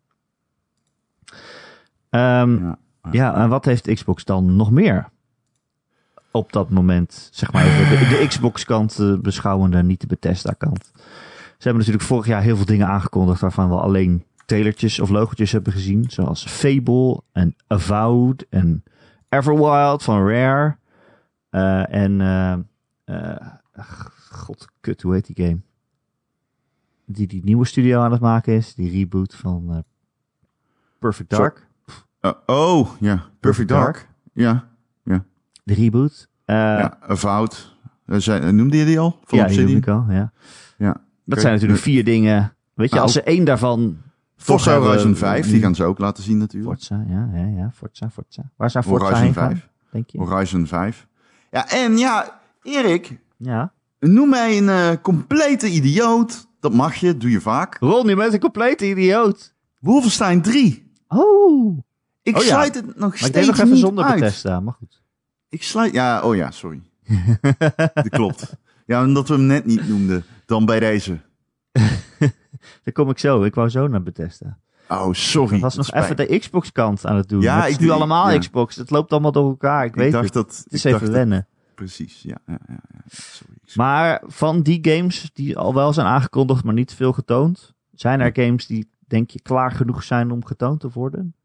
Um, ja. ja, en wat heeft Xbox dan nog meer? Op dat moment, zeg maar even de, de Xbox-kant uh, beschouwende, niet de Bethesda-kant. Ze hebben natuurlijk vorig jaar heel veel dingen aangekondigd waarvan we alleen trailertjes of logotjes hebben gezien. Zoals Fable en Avowed en Everwild van Rare. Uh, en, uh, uh, god, kut, hoe heet die game? Die die nieuwe studio aan het maken is. Die reboot van uh, Perfect Dark. Uh, oh, ja. Perfect, Perfect Dark. Dark. Ja, ja. De reboot. Uh, ja, Avowed. Uh, zijn, noemde je die al? Van ja, die noemde ik al, ja. ja. Dat okay. zijn natuurlijk vier dingen. Weet je, nou, als ze één daarvan... Forza Horizon vijf, die gaan ze ook laten zien natuurlijk. Forza, ja, ja, ja. Forza, Forza. Waar zou Forza Horizon heen vijf. gaan, denk je? Horizon vijf. Ja, en ja, Erik. Ja? Noem mij een uh, complete idioot. Dat mag je, doe je vaak. Ron, je bent een complete idioot. Wolfenstein drie. Oh. Ik oh, sluit ja. het nog maar steeds ik deed nog even niet zonder uit. Bethesda, maar goed. Ik sluit... Ja, oh ja, sorry. Dat klopt. Ja, omdat we hem net niet noemden. Dan bij deze. Daar kom ik zo. Ik wou zo naar Bethesda. Oh, sorry. Dat was nog spijt. even de Xbox-kant aan het doen. Ja, het is ik, nu allemaal ja. Xbox. Het loopt allemaal door elkaar. Ik, ik weet dacht het. Dat, het is ik even dacht wennen. precies. Ja, ja, ja, ja. Sorry. Maar van die games die al wel zijn aangekondigd, maar niet veel getoond, zijn er games die, denk je, klaar genoeg zijn om getoond te worden?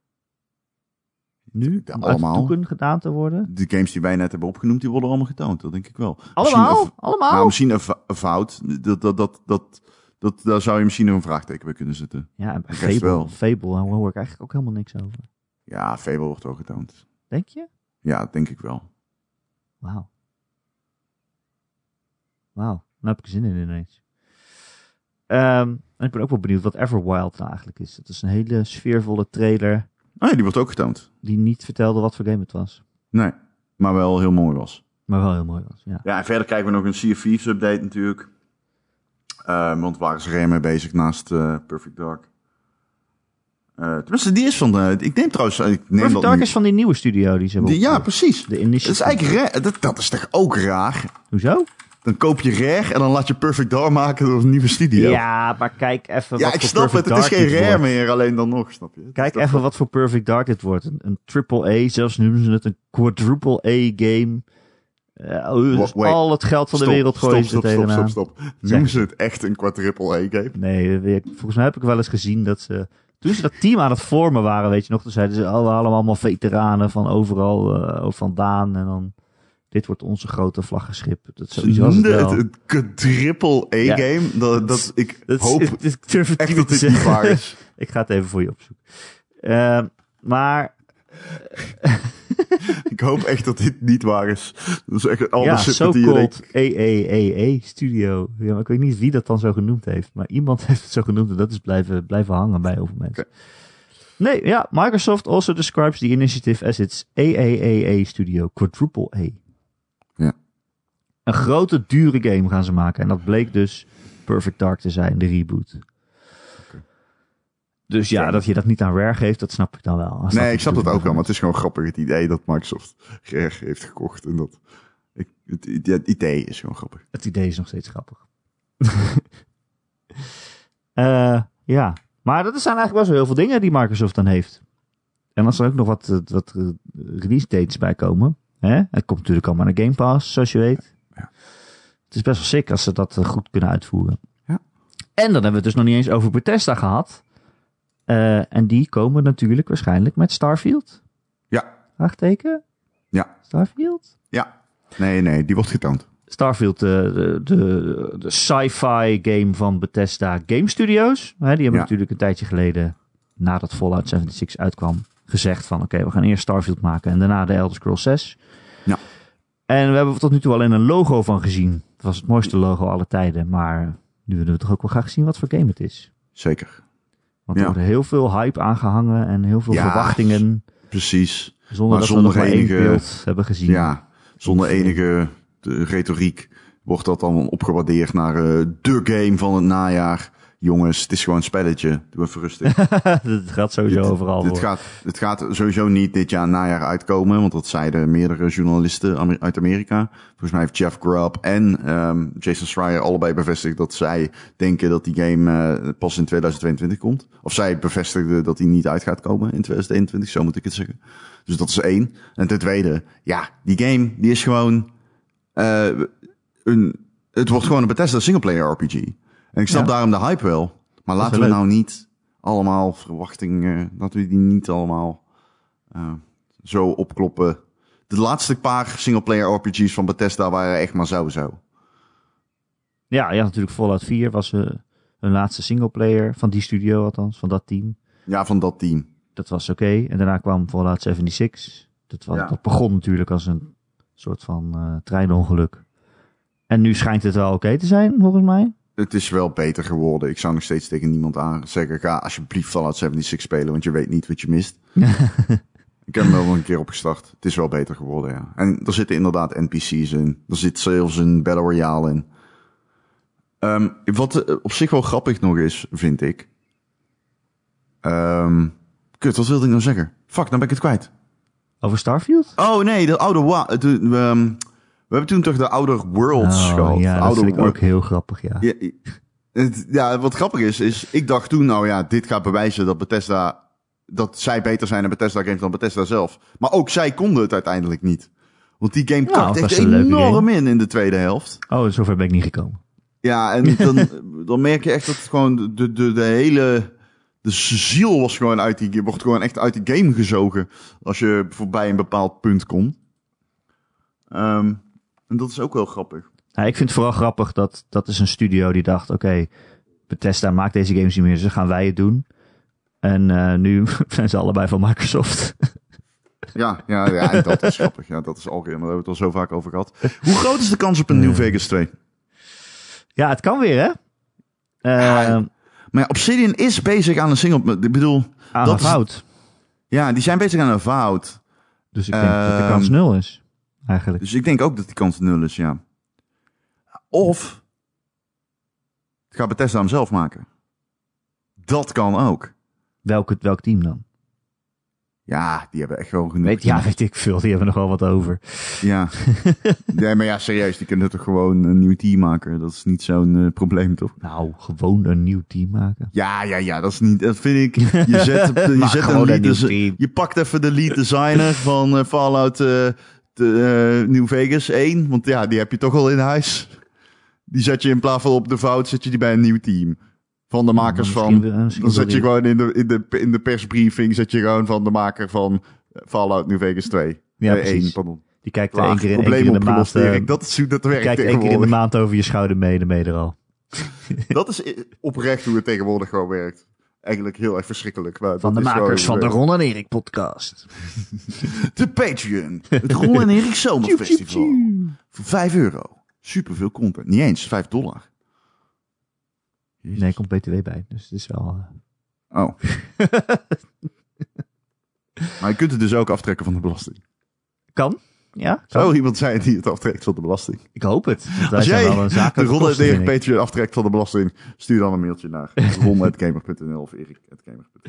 Nu? Ja, om allemaal. uit de doeken gedaan te worden? De games die wij net hebben opgenoemd, die worden allemaal getoond. Dat denk ik wel. Allemaal? Misschien een, Allemaal? nou, misschien een, een fout. Dat, dat, dat, dat, dat, daar zou je misschien nog een vraagteken bij kunnen zetten. Ja, en bij De rest Fable, wel. Fable daar hoor ik eigenlijk ook helemaal niks over. Ja, Fable wordt wel getoond. Denk je? Ja, dat denk ik wel. Wauw. Wauw, nou heb ik er zin in ineens. Um, en ik ben ook wel benieuwd wat Everwild nou eigenlijk is. Het is een hele sfeervolle trailer Oh ja, die wordt ook getoond. die niet vertelde wat voor game het was. Nee, maar wel heel mooi was. Maar wel heel mooi was, ja. Ja, en verder krijgen we nog een Sea of Thieves update natuurlijk. Uh, want waar is er een mee bezig naast uh, Perfect Dark? Uh, tenminste, die is van de... Ik neem trouwens... Ik neem Perfect dat Dark nu- is van die nieuwe studio die ze hebben die, Ja, opgericht. precies. De Dat is Initiative. eigenlijk raar. Dat, dat is toch ook raar? Hoezo? Dan koop je Rare en dan laat je Perfect Dark maken door een nieuwe studio. Ja, maar kijk even Ja, wat ik voor snap het. Perfect Het is Dark geen dit Rare wordt. meer, alleen dan nog, snap je? Kijk Dus even dat- wat voor Perfect Dark dit wordt. Een, een triple A, zelfs noemen ze het een quadruple A game. Uh, dus Wait. al het geld van de Stop, wereld gooien stop, ze stop, tegenaan. stop, stop, stop. Noemen ze het echt een quadruple A-game? Nee, weet ik- volgens mij heb ik wel eens gezien dat ze... Toen ze dat team aan het vormen waren, weet je nog, toen zeiden ze, oh, we halen allemaal veteranen van overal uh, vandaan. En dan, dit wordt onze grote vlaggenschip. Dat sowieso was het Het, wel. het, het quadruple A-game, dat, dat, ik Dat is- hoop het- ik durf het echt niet dat te dit niet zeggen. waar is. Ik ga het even voor je opzoeken. Uh, maar... Ik hoop echt dat dit niet waar is. Dat is echt al Ja, de shit die je denkt. so-called A A A A Studio. Ja, maar ik weet niet wie dat dan zo genoemd heeft. Maar iemand heeft het zo genoemd en dat is blijven, blijven hangen bij heel veel mensen. Okay. Nee, ja, Microsoft also describes the initiative as its A A A A Studio Quadruple A. Ja. Een grote, dure game gaan ze maken. En dat bleek dus Perfect Dark te zijn, de reboot. Okay. Dus ja, Ja. dat je dat niet aan Rare geeft, dat snap ik dan wel. Als Nee, ik snap dat ook wel, maar maar het is gewoon grappig het idee dat Microsoft Rare heeft gekocht. En dat, ik, het, het, het idee is gewoon grappig. Het idee is nog steeds grappig. uh, ja, maar dat zijn eigenlijk best wel heel veel dingen die Microsoft dan heeft. En als er ook nog wat, wat uh, release dates bij komen. Hè? Het komt natuurlijk allemaal naar Game Pass, zoals je weet. Ja. Het is best wel sick als ze dat uh, goed kunnen uitvoeren. Ja. En dan hebben we het dus nog niet eens over Bethesda gehad. Uh, en die komen natuurlijk waarschijnlijk met Starfield. Ja. Vraagteken? Ja. Starfield? Ja. Nee, nee, die wordt getoond. Starfield, de, de, de, de sci-fi game van Bethesda Game Studios. Hè, die hebben Ja. natuurlijk een tijdje geleden, nadat Fallout zevenenzeventig uitkwam, gezegd van oké, okay, we gaan eerst Starfield maken en daarna de Elder Scrolls zes. Ja. En we hebben tot nu toe alleen een logo van gezien. Het was het mooiste logo aller tijden, maar nu willen we toch ook wel graag zien wat voor game het is. Zeker. Want er Ja. wordt heel veel hype aangehangen en heel veel Ja, verwachtingen. Precies. Zonder maar dat zonder we nog maar enige- één beeld hebben gezien. Ja, zonder enige de retoriek wordt dat dan opgewaardeerd naar uh, de game van het najaar. Jongens, het is gewoon een spelletje. Doe even rustig. Het gaat sowieso Dit- overal dit voor. gaat, het gaat sowieso niet dit jaar najaar uitkomen, want dat zeiden meerdere journalisten Amer- uit Amerika. Volgens mij heeft Jeff Grubb en um, Jason Schreier allebei bevestigd dat zij denken dat die game uh, pas in tweeduizend tweeëntwintig komt. Of zij bevestigden dat die niet uit gaat komen in tweeduizend eenentwintig, zo moet ik het zeggen. Dus dat is één. En ten tweede, ja, die game die is gewoon uh, een, het wordt gewoon een Bethesda singleplayer R P G. En ik snap Ja. daarom de hype wel. Maar is laten wel we leuk. nou niet allemaal verwachtingen, laten we die niet allemaal uh, zo opkloppen. De laatste paar singleplayer R P G's van Bethesda waren echt maar zo-zo. Ja, ja, natuurlijk Fallout vier was uh, hun laatste singleplayer van die studio althans, van dat team. Ja, van dat team. Dat was oké. Okay. En daarna kwam Fallout zevenenzeventig. Dat, was, Ja. dat begon natuurlijk als een soort van uh, treinongeluk. En nu schijnt het wel oké okay te zijn, volgens mij. Het is wel beter geworden. Ik zou nog steeds tegen niemand aan zeggen, ga alsjeblieft Fallout zevenenzeventig spelen, want je weet niet wat je mist. Ik heb hem wel een keer opgestart. Het is wel beter geworden, ja. En er zitten inderdaad N P C's in. Er zit zelfs een Battle Royale in. Um, wat uh, op zich wel grappig nog is, vind ik. Um, kut, wat wilde ik nou zeggen? Fuck, nou ben ik het kwijt. Over Starfield? Oh nee, de oude... Wa- de, um, we hebben toen toch de Outer Worlds Oh, gehad. ja, dat Outer vind ik Wor- ook heel grappig, ja. Ja, het, ja, wat grappig is, is... Ik dacht toen, nou ja, dit gaat bewijzen dat Bethesda... Dat zij beter zijn in Bethesda games dan Bethesda zelf. Maar ook zij konden het uiteindelijk niet. Want die game Ja, kakt dat echt was een leuke enorm in in de tweede helft. Oh, zover ben ik niet gekomen. Ja, en dan, dan merk je echt dat het gewoon de, de, de hele... De ziel was gewoon uit die game, wordt gewoon echt uit die game gezogen. Als je voorbij een bepaald punt komt. Um, en dat is ook wel grappig. Ja, ik vind het vooral grappig dat dat is een studio die dacht... Oké, okay, Bethesda maakt deze games niet meer, dus dan gaan wij het doen. En uh, nu zijn ze allebei van Microsoft. Ja, ja, ja, en dat is grappig. Ja, dat is algemeen. Daar hebben we het al zo vaak over gehad. Hoe groot is de kans op een New Vegas twee? Ja, het kan weer, hè? Uh, ja, maar Obsidian is bezig aan een single... Ik bedoel... Aan dat een fout. Ja, die zijn bezig aan een fout. Dus ik denk uh, dat de kans nul is, eigenlijk. Dus ik denk ook dat die kans nul is, ja. Of... Het gaat Bethesda hem zelf maken. Dat kan ook. Welk, welk team dan? Ja, die hebben echt gewoon genoeg. Weet, ja, weet ik veel. Die hebben nog wel wat over. Ja. Nee, maar ja, serieus. Die kunnen toch gewoon een nieuw team maken. Dat is niet zo'n uh, probleem, toch? Nou, gewoon een nieuw team maken. Ja, ja, ja. Dat is niet... Dat vind ik... Je zet, je, zet een lead een des- je pakt even de lead designer van uh, Fallout uh, de, uh, New Vegas één. Want ja, die heb je toch al in huis. Die zet je in plaats van op de fout, zet je die bij een nieuw team. Van de makers ja, van... Misschien, dan zet je gewoon in de, in, de, in de persbriefing... zet je gewoon van de maker van Fallout New Vegas twee. Ja, uh, precies. één, pardon. Die kijkt er één keer, één keer in de maand... Uh, dat is hoe dat werkt kijkt één keer in de maand over je schouder mee, dan ben je er al. Dat is oprecht hoe het tegenwoordig gewoon werkt. Eigenlijk heel erg verschrikkelijk. Maar van dat de is makers van uh, de Ron en Erik podcast. De Patreon. Het Ron en Erik Zomerfestival. Voor vijf euro. Superveel content. Niet eens, vijf dollar. Jezus. Nee, komt B T W bij. Dus het is wel... Uh... Oh. Maar je kunt het dus ook aftrekken van de belasting. Kan. Ja. Kan. Zou er iemand zijn die het aftrekt van de belasting? Ik hoop het. Als jij wel een de Ron en Erik Patreon aftrekt van de belasting, stuur dan een mailtje naar ron at gamer punt n l of erik at gamer punt n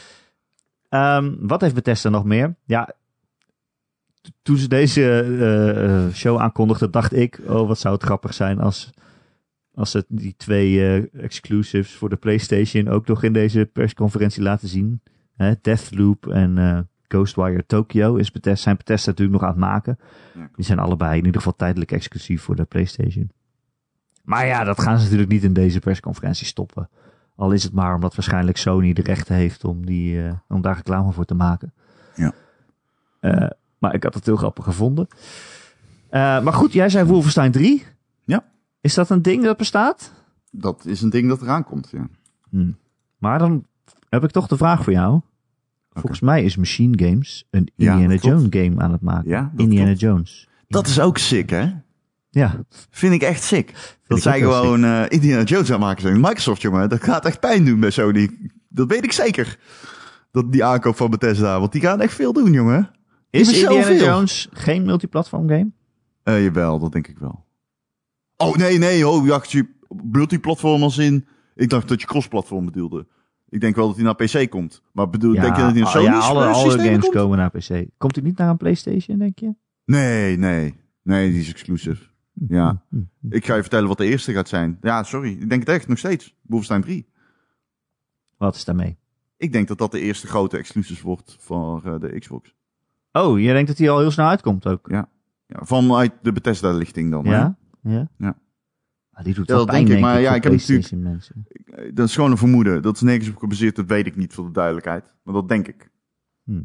l. Um, wat heeft Bethesda nog meer? Ja, t- toen ze deze uh, show aankondigden, dacht ik... Oh, wat zou het grappig zijn als... Als ze die twee uh, exclusives voor de PlayStation ook nog in deze persconferentie laten zien. Hè, Deathloop en uh, Ghostwire Tokyo is Bethesda, zijn Bethesda natuurlijk nog aan het maken. Ja. Die zijn allebei in ieder geval tijdelijk exclusief voor de PlayStation. Maar ja, dat gaan ze natuurlijk niet in deze persconferentie stoppen. Al is het maar omdat waarschijnlijk Sony de rechten heeft om, die, uh, om daar reclame voor te maken. Ja. Uh, maar ik had het heel grappig gevonden. Uh, maar goed, jij zei Wolfenstein drie. Ja. Is dat een ding dat bestaat? Dat is een ding dat eraan komt, ja. Hmm. Maar dan heb ik toch de vraag voor jou. Okay. Volgens mij is Machine Games een Indiana ja, Jones game aan het maken. Ja, Indiana klopt. Jones. Dat is ook sick, hè? Ja. Vind ik echt sick. Vind dat zij gewoon uh, Indiana Jones aan maken zijn. Microsoft, jongen, dat gaat echt pijn doen bij Sony. Dat weet ik zeker. Dat die aankoop van Bethesda, want die gaan echt veel doen, jongen. Is Indiana zoveel. Jones geen multiplatform game? Uh, jawel, dat denk ik wel. Oh, nee, nee, oh, dacht je multiplatform als in... Ik dacht dat je crossplatform bedoelde. Ik denk wel dat hij naar P C komt. Maar bedoel, ja, denk je dat hij naar Sony ja, alle, alle games komt? komen naar P C. Komt hij niet naar een PlayStation, denk je? Nee, nee. Nee, die is exclusive. Ja. Ik ga je vertellen wat de eerste gaat zijn. Ja, sorry. Ik denk het echt, nog steeds. Wolfenstein drie. Wat is daarmee? Ik denk dat dat de eerste grote exclusive wordt voor uh, de Xbox. Oh, je denkt dat die al heel snel uitkomt ook? Ja. Ja, vanuit de Bethesda-lichting dan. Ja? Hè? Ja. Ja. Ah, die doet ja, wel dat pijn, denk ik. denk Maar ik, ja, ik heb natuurlijk... mensen. Dat is gewoon een vermoeden. Dat is nergens op gebaseerd. Dat weet ik niet, voor de duidelijkheid. Maar dat denk ik. Hm.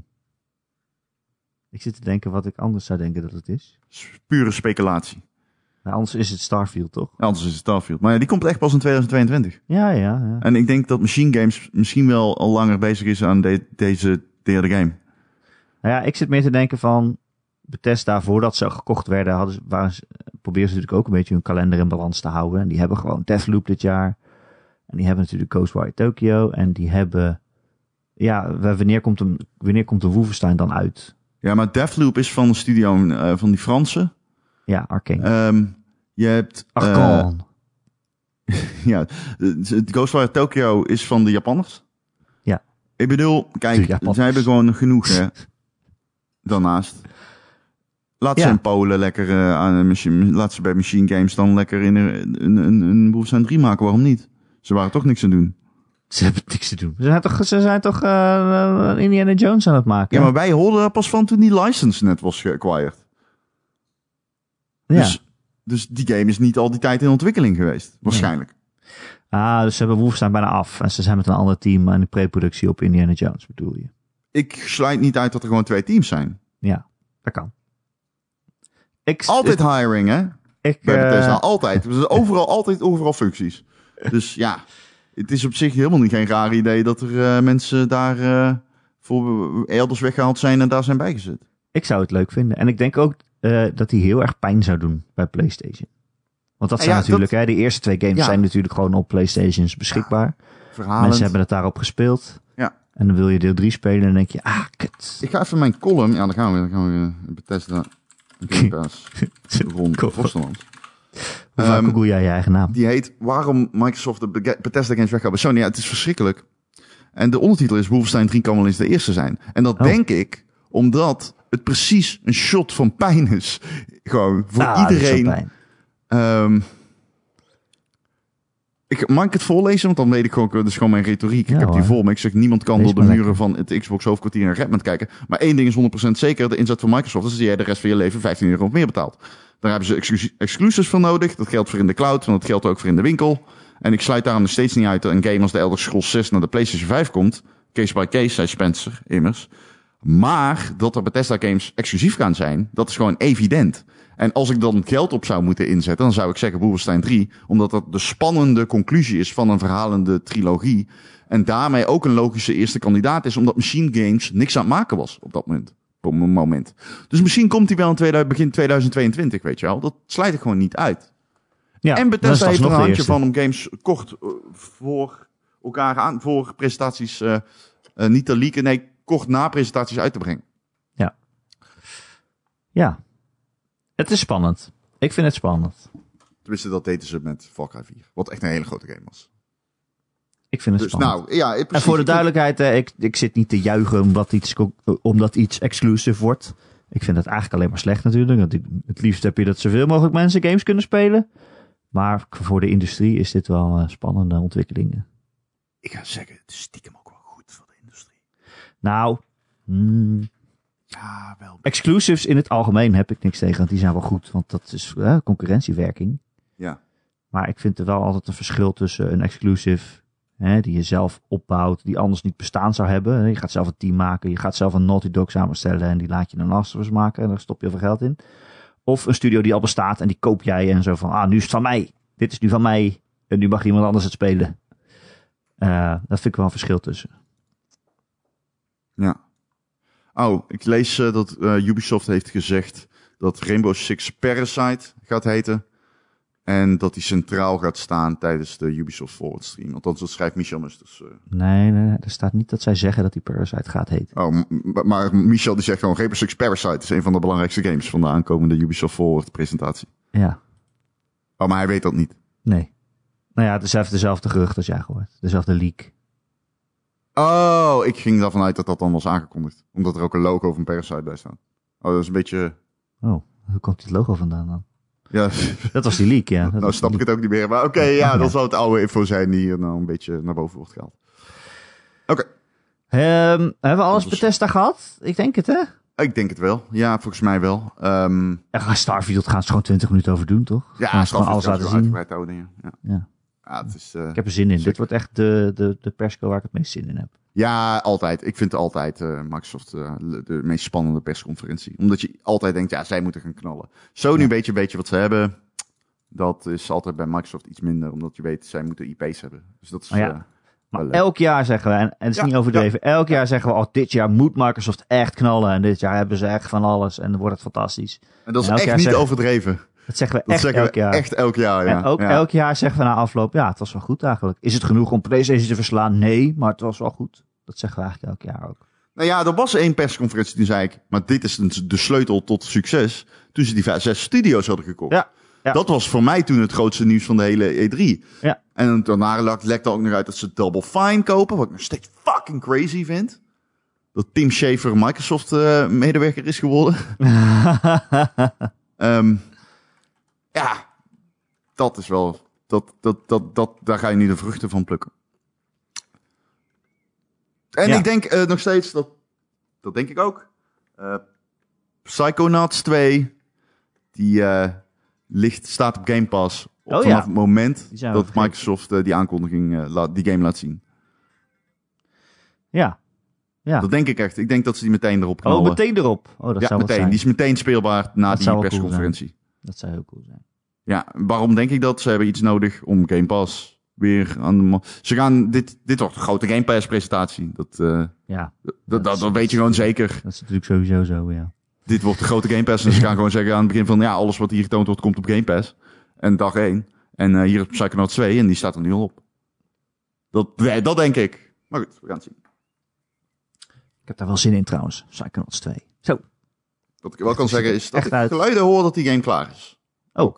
Ik zit te denken wat ik anders zou denken dat het is. Pure speculatie. Nou, anders is het Starfield, toch? Ja, anders is het Starfield. Maar ja, die komt echt pas in tweeduizend tweeëntwintig. Ja, ja, ja. En ik denk dat Machine Games misschien wel al langer bezig is aan de, deze derde game. Nou ja, ik zit meer te denken van... Bethesda, voordat ze gekocht werden, hadden ze, waren ze, probeerden ze natuurlijk ook een beetje hun kalender in balans te houden. En die hebben gewoon Deathloop dit jaar. En die hebben natuurlijk Ghostwire Tokyo. En die hebben... Ja, wanneer komt een, wanneer komt de Wolfenstein dan uit? Ja, maar Deathloop is van de studio uh, van die Fransen. Ja, Arkane. Um, je hebt... Arkane. Uh, ja, Ghostwire Tokyo is van de Japanners. Ja. Ik bedoel, kijk, zij hebben gewoon genoeg, hè. Daarnaast. Laat ja. ze in Polen lekker uh, aan een machine, laat ze bij Machine Games dan lekker in een, een, een, een Wolfenstein drie maken. Waarom niet? Ze waren toch niks aan het doen. Ze hebben niks te doen. Ze zijn toch, ze zijn toch uh, Indiana Jones aan het maken? Ja, maar wij hoorden er pas van toen die license net was geacquired. Ja. Dus, dus die game is niet al die tijd in ontwikkeling geweest. Waarschijnlijk. Ah, dus ze hebben Wolfenstein bijna af. En ze zijn met een ander team aan de pre-productie op Indiana Jones, bedoel je? Ik sluit niet uit dat er gewoon twee teams zijn. Ja, dat kan. Ik, Altijd ik, hiring, hè? Ik, Bij Bethesda, uh, altijd. Dus overal, altijd overal functies. Dus ja, het is op zich helemaal niet geen raar idee dat er uh, mensen daar uh, voor elders weggehaald zijn en daar zijn bijgezet. Ik zou het leuk vinden. En ik denk ook uh, dat die heel erg pijn zou doen bij PlayStation. Want dat zijn ja, natuurlijk, dat, hè, die eerste twee games ja. zijn natuurlijk gewoon op PlayStations beschikbaar. Ja, mensen hebben het daarop gespeeld. Ja. En dan wil je deel drie spelen en dan denk je, ah, kut. Ik ga even mijn column, ja, dan gaan we, dan gaan we weer Bethesda Game Pass rond Vosterland. Hoe vaak um, google jij je eigen naam? Die heet Waarom Microsoft de Bethesda games weggaat bij Sony. Ja, het is verschrikkelijk. En de ondertitel is Wolfenstein drie kan wel eens de eerste zijn. En dat oh. denk ik omdat het precies een shot van pijn is. Gewoon voor ah, iedereen. Um, ik, mag ik het voorlezen? Want dan weet ik gewoon, dat is gewoon mijn retoriek. Ja, ik heb hoor. die vol, maar ik zeg niemand kan Lees door de muren lekker. van het Xbox hoofdkwartier naar Redmond kijken. Maar één ding is honderd procent zeker. De inzet van Microsoft is dat jij de rest van je leven vijftien euro of meer betaalt. Daar hebben ze exclu- exclusives voor nodig. Dat geldt voor in de cloud, want dat geldt ook voor in de winkel. En ik sluit daarom nog steeds niet uit dat een game als de Elder Scrolls zes naar de PlayStation vijf komt. Case by case, zei Spencer immers. Maar dat er Bethesda games exclusief gaan zijn, dat is gewoon evident. En als ik dan geld op zou moeten inzetten, dan zou ik zeggen Wolfenstein drie. Omdat dat de spannende conclusie is van een verhalende trilogie. En daarmee ook een logische eerste kandidaat is, omdat Machine Games niks aan het maken was op dat moment. Op een moment. Dus misschien komt hij wel in tweeduizend, begin tweeduizend tweeëntwintig, weet je wel. Dat sluit ik gewoon niet uit. Ja, en Bethesda heeft er een handje van om games kort uh, voor elkaar aan, voor presentaties uh, uh, niet te leaken. Nee, kort na presentaties uit te brengen. Ja. Ja. Het is spannend. Ik vind het spannend. Tenminste, dat deden ze met Far Cry vier. Wat echt een hele grote game was. Ik vind het dus, spannend. Nou, ja, precies, en voor de duidelijkheid, eh, ik, ik zit niet te juichen omdat iets, omdat iets exclusive wordt. Ik vind het eigenlijk alleen maar slecht natuurlijk. Want ik, het liefst heb je dat zoveel mogelijk mensen games kunnen spelen. Maar voor de industrie is dit wel uh, spannende ontwikkelingen. Ik ga zeggen, het is stiekem ook wel goed voor de industrie. Nou, hmm, ja, wel. Exclusives in het algemeen heb ik niks tegen, want die zijn wel goed. Want dat is uh, concurrentiewerking. Ja. Maar ik vind er wel altijd een verschil tussen een exclusive, hè, die je zelf opbouwt, die anders niet bestaan zou hebben. Je gaat zelf een team maken, je gaat zelf een Naughty Dog samenstellen en die laat je een Last of Us maken en daar stop je veel geld in. Of een studio die al bestaat en die koop jij en zo van, ah, nu is het van mij. Dit is nu van mij en nu mag iemand anders het spelen. Uh, dat vind ik wel een verschil tussen. Ja. Oh, ik lees uh, dat uh, Ubisoft heeft gezegd dat Rainbow Six Parasite gaat heten. En dat die centraal gaat staan tijdens de Ubisoft Forward stream. Althans, dat schrijft Michel Musters. Uh. Nee, nee, nee, er staat niet dat zij zeggen dat die Parasite gaat heten. Oh, m- maar Michel die zegt gewoon Rainbow Six Parasite is een van de belangrijkste games van de aankomende Ubisoft Forward presentatie. Ja. Oh, maar hij weet dat niet. Nee. Nou ja, het is even dezelfde gerucht als jij gehoord. Dezelfde leak. Oh, ik ging ervan uit dat dat dan was aangekondigd. Omdat er ook een logo van Parasite bij staat. Oh, dat is een beetje... Oh, hoe komt dit logo vandaan dan? Ja. Dat was die leak, ja. Dat nou snap ik het ook niet meer. Maar oké, okay, ja, ja, dat zou het oude info zijn die hier nou een beetje naar boven wordt gehaald. Oké. Okay. Um, hebben we alles was... Bethesda gehad? Ik denk het, hè? Ik denk het wel. Ja, volgens mij wel. Um... Ja, Starfield gaan ze gewoon twintig minuten over doen, toch? Ja, gaan ze gewoon alles laten zien. Houden, ja. Ja. Ja. Ja, het is, uh, ik heb er zin in. Zeker. Dit wordt echt de, de, de persco waar ik het meest zin in heb. Ja, altijd. Ik vind altijd uh, Microsoft uh, de meest spannende persconferentie. Omdat je altijd denkt, ja, zij moeten gaan knallen. Sony ja. weet je een beetje wat ze hebben. Dat is altijd bij Microsoft iets minder. Omdat je weet, zij moeten I P's hebben. Dus dat is... Oh ja. uh, Maar elk jaar zeggen we, en het is ja, niet overdreven, ja. elk jaar zeggen we, oh, dit jaar moet Microsoft echt knallen. En dit jaar hebben ze echt van alles en dan wordt het fantastisch. En dat is en echt niet zeggen, overdreven. Dat zeggen we dat echt zeggen elk we jaar. Echt elk jaar, ja. En ook ja. elk jaar zeggen we na afloop, ja, het was wel goed eigenlijk. Is het genoeg om PlayStation te verslaan? Nee, maar het was wel goed. Dat zeggen we eigenlijk elk jaar ook. Nou ja, er was één persconferentie, toen zei ik, maar dit is de sleutel tot succes. Toen ze die zes studio's hadden gekocht. Ja. Ja. Dat was voor mij toen het grootste nieuws van de hele E drie. Ja. En daarna lekte ook nog uit dat ze Double Fine kopen. Wat ik nog steeds fucking crazy vind. Dat Tim Schafer Microsoft uh, medewerker is geworden. um, ja, dat is wel... Dat, dat, dat, dat, daar ga je nu de vruchten van plukken. En ja. ik denk uh, nog steeds, dat, dat denk ik ook. Uh, Psychonauts twee... Die, uh, ligt, staat op Game Pass op, Oh, vanaf ja. het moment Die zijn we dat vergeten. Microsoft uh, die aankondiging, uh, laat, die game laat zien. Ja. ja. Dat denk ik echt. Ik denk dat ze die meteen erop knallen. Oh, meteen erop. Oh, dat ja, zou wat meteen. zijn. Die is meteen speelbaar na Dat die zou wel cool persconferentie. Dat zou heel cool zijn. Ja, waarom denk ik dat? Ze hebben iets nodig om Game Pass weer aan de... ma- Ze gaan... Dit, dit wordt een grote Game Pass presentatie. Dat, uh, Ja. dat, dat, dat, dat weet je gewoon zeker. Dat is natuurlijk sowieso zo, ja. Dit wordt de grote Game Pass. En ze gaan gewoon zeggen aan het begin van... Ja, alles wat hier getoond wordt, komt op Game Pass. En dag één. En uh, hier op Psychonauts twee. En die staat er nu al op. Dat, nee, dat denk ik. Maar goed, we gaan het zien. Ik heb daar wel zin in trouwens. Psychonauts twee. Zo. Wat ik wel kan zeggen is dat Echt ik uit. geluiden hoor dat die game klaar is. Oh.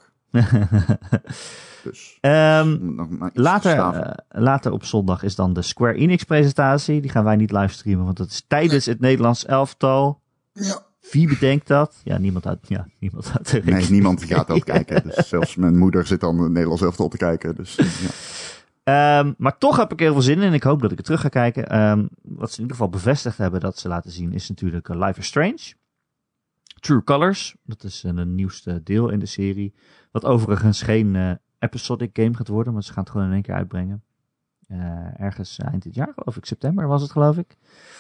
Dus... um, moet nog maar iets later, staven. uh, later op zondag is dan de Square Enix presentatie. Die gaan wij niet livestreamen, want dat is tijdens het Nederlands elftal. Ja. Wie bedenkt dat? Ja, niemand uit, ja, niemand uit de Nee, niemand gaat dat kijken. Dus zelfs mijn moeder zit dan het Nederlands elftal te kijken. Dus, ja. Um, maar toch heb ik er heel veel zin in en ik hoop dat ik het terug ga kijken. Um, wat ze in ieder geval bevestigd hebben dat ze laten zien is natuurlijk uh, Life is Strange. True Colors, dat is uh, een nieuwste deel in de serie. Wat overigens geen uh, episodic game gaat worden, maar ze gaan het gewoon in één keer uitbrengen. Uh, ergens eind dit jaar, geloof ik, september was het geloof ik.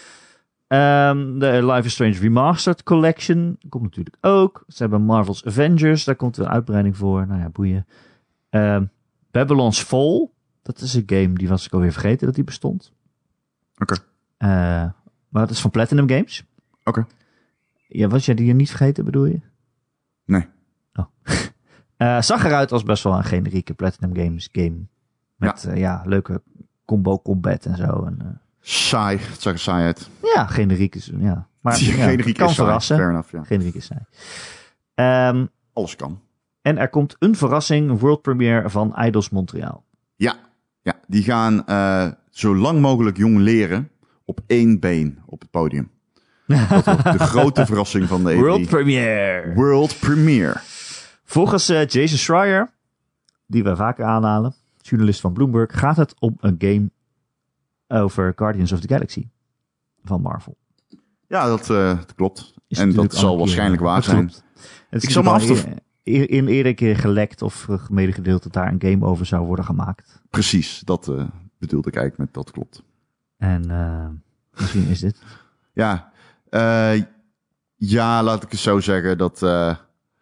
Um, de Life is Strange Remastered Collection komt natuurlijk ook. Ze hebben Marvel's Avengers, daar komt een uitbreiding voor. Nou ja, boeien. Um, Babylon's Fall, dat is een game, die was ik alweer vergeten dat die bestond. Oké. Okay. Uh, maar het is van Platinum Games. Oké. Okay. Ja, was jij die niet vergeten, bedoel je? Nee. Oh. uh, zag eruit als best wel een generieke Platinum Games game. Met ja, uh, ja leuke combo combat en zo. En, uh, saai, het zag er saai uit. Ja, generiek is, ja. Maar ja, ja, generiek kan is verrassen. Fair enough, ja. Generiek is saai. Um, Alles kan. En er komt een verrassing, world premiere van Eidos Montreal. Ja, ja die gaan uh, zo lang mogelijk jong leren op één been op het podium. Dat wordt de grote verrassing van de E drie. World premiere. World premiere. Volgens uh, Jason Schreier, die we vaker aanhalen, journalist van Bloomberg, gaat het om een game over Guardians of the Galaxy van Marvel. Ja, dat, uh, dat klopt. Is en dat zal waarschijnlijk keer, waar dat zijn. Het Ik zal me af te... in, in eerder keer gelekt of medegedeeld dat daar een game over zou worden gemaakt. Precies, dat uh, bedoelde ik eigenlijk met dat klopt. En uh, misschien is dit. Ja, uh, ja, laat ik het zo zeggen dat uh,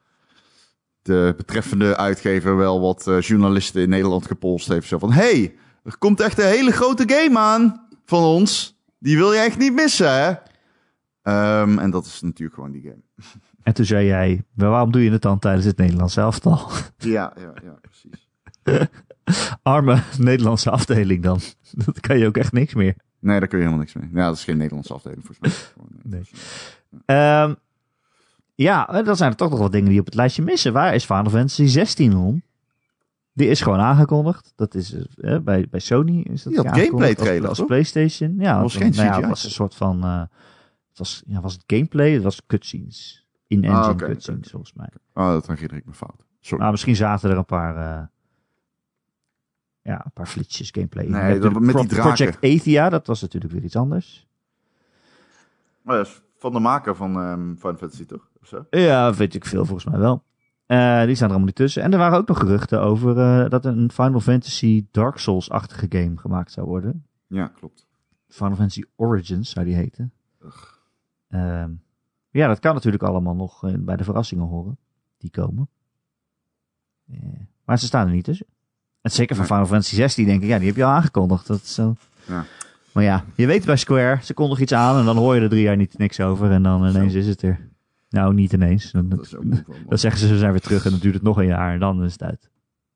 de betreffende uitgever wel wat uh, journalisten in Nederland gepolst heeft. Zo van, hey, er komt echt een hele grote game aan van ons. Die wil je echt niet missen, hè? Um, en dat is natuurlijk gewoon die game. En toen zei jij, waarom doe je het dan tijdens het Nederlands elftal? Ja, ja, ja, precies. Arme Nederlandse afdeling dan. Dat kan je ook echt niks meer. Nee, daar kun je helemaal niks mee. Ja, dat is geen Nederlandse afdeling volgens mij. Gewoon, nee. Ja. Um, ja, dan zijn er toch nog wat dingen die op het lijstje missen. Waar is Final Fantasy zestien om? Die is gewoon aangekondigd. Dat is uh, bij, bij Sony. Is dat die had gameplay trailer, als, als PlayStation. Ja, dat was geen nou ja, C G I. het was een soort van. Uh, het was, ja, was het gameplay? Het was cutscenes. In-engine ah, okay, cutscenes, okay. volgens mij. Oh, dat herinner ik me fout. Sorry. Maar misschien zaten er een paar. Uh, ja, een paar flitsjes gameplay. Nee, dat, met Pro- die draken. Project Athia, dat was natuurlijk weer iets anders. Maar dat is van de maker van um, Final Fantasy, toch? Of zo? Ja, weet ik veel, volgens mij wel. Uh, die staan er allemaal niet tussen. En er waren ook nog geruchten over uh, dat een Final Fantasy Dark Souls-achtige game gemaakt zou worden. Ja, klopt. Final Fantasy Origins zou die heten. Uh, ja, dat kan natuurlijk allemaal nog uh, bij de verrassingen horen. Die komen. Uh, maar ze staan er niet tussen. En zeker van nee. Final Fantasy zestien denk ik, ja, die heb je al aangekondigd. Dat is zo. Ja. Maar ja, je weet bij Square, ze kondigen iets aan en dan hoor je er drie jaar niet niks over. En dan ineens zo. Is het er. Nou, niet ineens. Dan, dat is ook moe van, dan zeggen ze, ze zijn weer terug en dan duurt het nog een jaar en dan is het uit.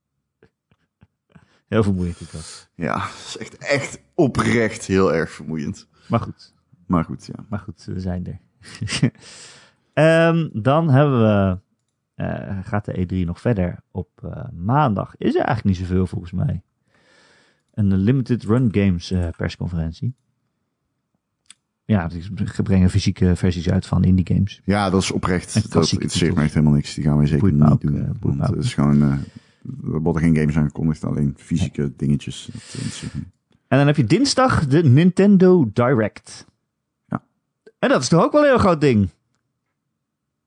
Heel vermoeiend is dat. Ja, het is echt, echt oprecht heel erg vermoeiend. Maar goed. Maar goed, ja. Maar goed, we zijn er. um, dan hebben we, uh, gaat de E drie nog verder. Op uh, maandag is er eigenlijk niet zoveel volgens mij. Een Limited Run Games uh, persconferentie. Ja, ze brengen fysieke versies uit van indie games. Ja, dat is oprecht. Dat interesseert me echt helemaal niks. Die gaan we zeker niet ook, doen. Uh, want het is gewoon, uh, er worden geen games aangekondigd, alleen fysieke ja. dingetjes. Dat, en dan heb je dinsdag de Nintendo Direct. Ja. En dat is toch ook wel een heel groot ding?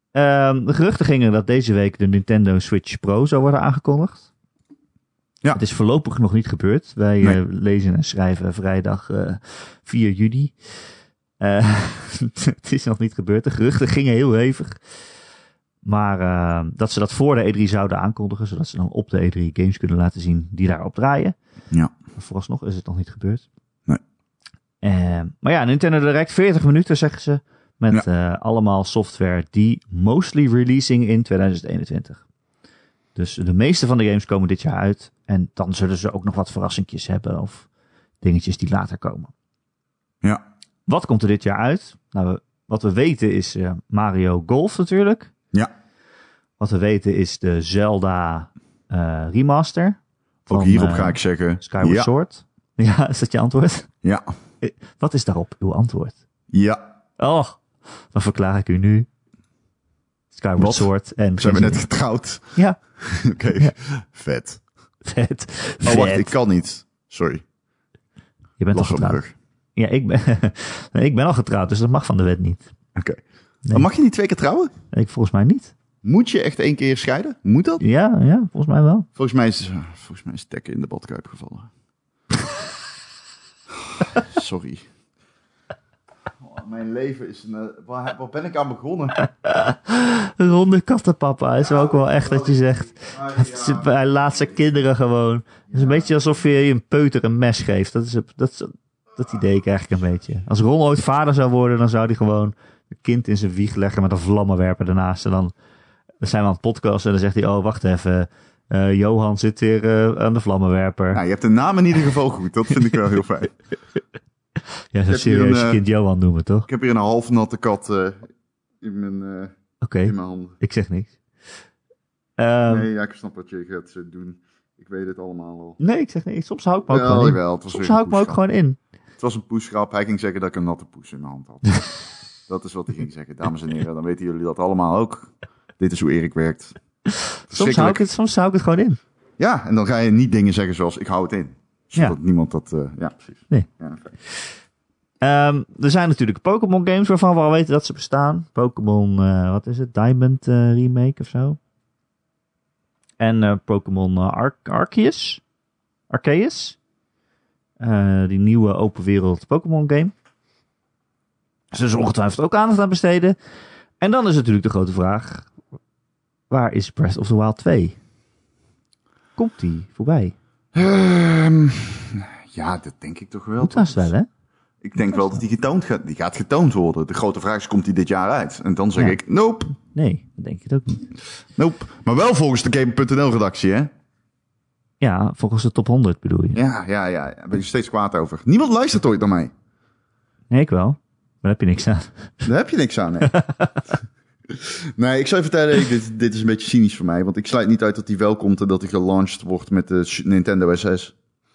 Um, de geruchten gingen dat deze week de Nintendo Switch Pro zou worden aangekondigd. Ja. Het is voorlopig nog niet gebeurd. Wij nee. uh, lezen en schrijven vrijdag uh, vier juni. Uh, het is nog niet gebeurd. De geruchten gingen heel hevig. Maar uh, dat ze dat voor de E drie zouden aankondigen, zodat ze dan op de E drie games kunnen laten zien die daarop draaien. Ja. Maar vooralsnog is het nog niet gebeurd. Nee. Uh, maar ja, Nintendo Direct veertig minuten, zeggen ze. Met ja. uh, allemaal software die mostly releasing in tweeduizend eenentwintig. Dus de meeste van de games komen dit jaar uit. En dan zullen ze ook nog wat verrassingjes hebben of dingetjes die later komen. Ja. Wat komt er dit jaar uit? Nou, wat we weten is uh, Mario Golf natuurlijk. Ja. Wat we weten is de Zelda uh, remaster. Ook van, hierop uh, ga ik zeggen... Skyward ja. Sword. Ja, is dat je antwoord? Ja. Wat is daarop uw antwoord? Ja. Oh, dan verklaar ik u nu. Skyward Wat? Sword. En Zijn we net getrouwd? Ja. Oké, okay. ja. Vet. Vet. Oh, wacht, ik kan niet. Sorry. Je bent al getrouwd. Ja, ik ben, nee, ik ben al getrouwd, dus dat mag van de wet niet. Oké. Okay. Nee. Mag je niet twee keer trouwen? Ik volgens mij niet. Moet je echt één keer scheiden? Moet dat? Ja, ja, volgens mij wel. Volgens mij is, volgens mij is Tekken in de badkuip gevallen. Sorry. Oh, mijn leven is een... Waar, waar ben ik aan begonnen? Ronde kattenpapa is ook wel echt dat je zegt. Ja. Hij laat zijn kinderen gewoon. Het is een beetje alsof je een peuter een mes geeft. Dat, is, dat, is, dat idee krijg ik een beetje. Als Ron ooit vader zou worden, dan zou hij gewoon een kind in zijn wieg leggen met een vlammenwerper ernaast. En dan, dan zijn we aan het podcasten en dan zegt hij, oh wacht even. Uh, Johan zit weer uh, aan de vlammenwerper. Nou, je hebt de naam in ieder geval goed. Dat vind ik wel heel fijn. Ja, zo'n serieus uh, kind Johan noemen, toch? Ik heb hier een half natte kat uh, in mijn, uh, okay. in mijn handen. Ik zeg niks. Um, nee, ja, ik snap wat je gaat uh, doen. Ik weet het allemaal al. Nee, ik zeg niks. Soms hou ik me ook ja, gewoon in. Wel, Soms hou ik me ook gewoon in. Het was een poesgrap. Hij ging zeggen dat ik een natte poes in mijn hand had. Dat is wat hij ging zeggen. Dames en heren, dan weten jullie dat allemaal ook. Dit is hoe Erik werkt. Soms hou, ik het, soms hou ik het gewoon in. Ja, en dan ga je niet dingen zeggen zoals ik hou het in. Zodat ja. niemand dat... Uh, ja, precies. Nee. Ja, um, er zijn natuurlijk Pokémon games waarvan we al weten dat ze bestaan. Pokémon, uh, wat is het? Diamond uh, remake of zo. En uh, Pokémon uh, Ar- Arceus. Arceus. Uh, die nieuwe open wereld Pokémon game. Ze zullen ongetwijfeld ook aandacht aan besteden. En dan is natuurlijk de grote vraag. Waar is Breath of the Wild twee? Komt die voorbij? Um, ja, dat denk ik toch wel. Moet dat wel, hè? Ik denk wel dat die getoond gaat. Die gaat getoond worden. De grote vraag is, komt die dit jaar uit? En dan zeg ja. ik, nope. Nee, dat denk ik het ook niet. Nope. Maar wel volgens de Game punt n l redactie, hè? Ja, volgens de top honderd bedoel je? Ja, ja, ja. Daar ben je steeds kwaad over. Niemand luistert ooit naar mij. Nee, ik wel. Maar daar heb je niks aan. Daar heb je niks aan, nee. Nee, ik zou je vertellen, dit, dit is een beetje cynisch voor mij. Want ik sluit niet uit dat die wel komt en dat die gelaunched wordt met de Nintendo S S.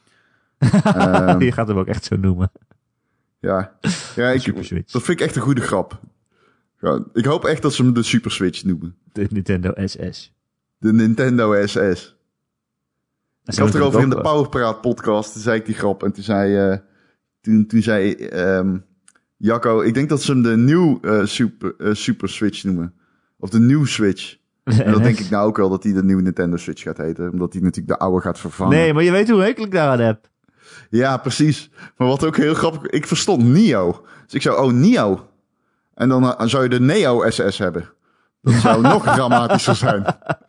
um, je gaat hem ook echt zo noemen. Ja, ja ik, dat vind ik echt een goede grap. Ja, ik hoop echt dat ze hem de Super Switch noemen. De Nintendo S S. De Nintendo S S. Ik had erover in de Powerpraat podcast, toen zei ik die grap. En toen zei, uh, toen, toen zei um, Jacco, ik denk dat ze hem de nieuw uh, super, uh, super Switch noemen. Of de nieuw Switch. En dat denk ik nou ook wel, dat hij de nieuwe Nintendo Switch gaat heten. Omdat hij natuurlijk de oude gaat vervangen. Nee, maar je weet hoe hekel ik daaraan heb. Ja, precies. Maar wat ook heel grappig... Ik verstond Neo. Dus ik zou, oh, Neo. En dan uh, zou je de Neo S S hebben. Dat zou nog dramatischer zijn.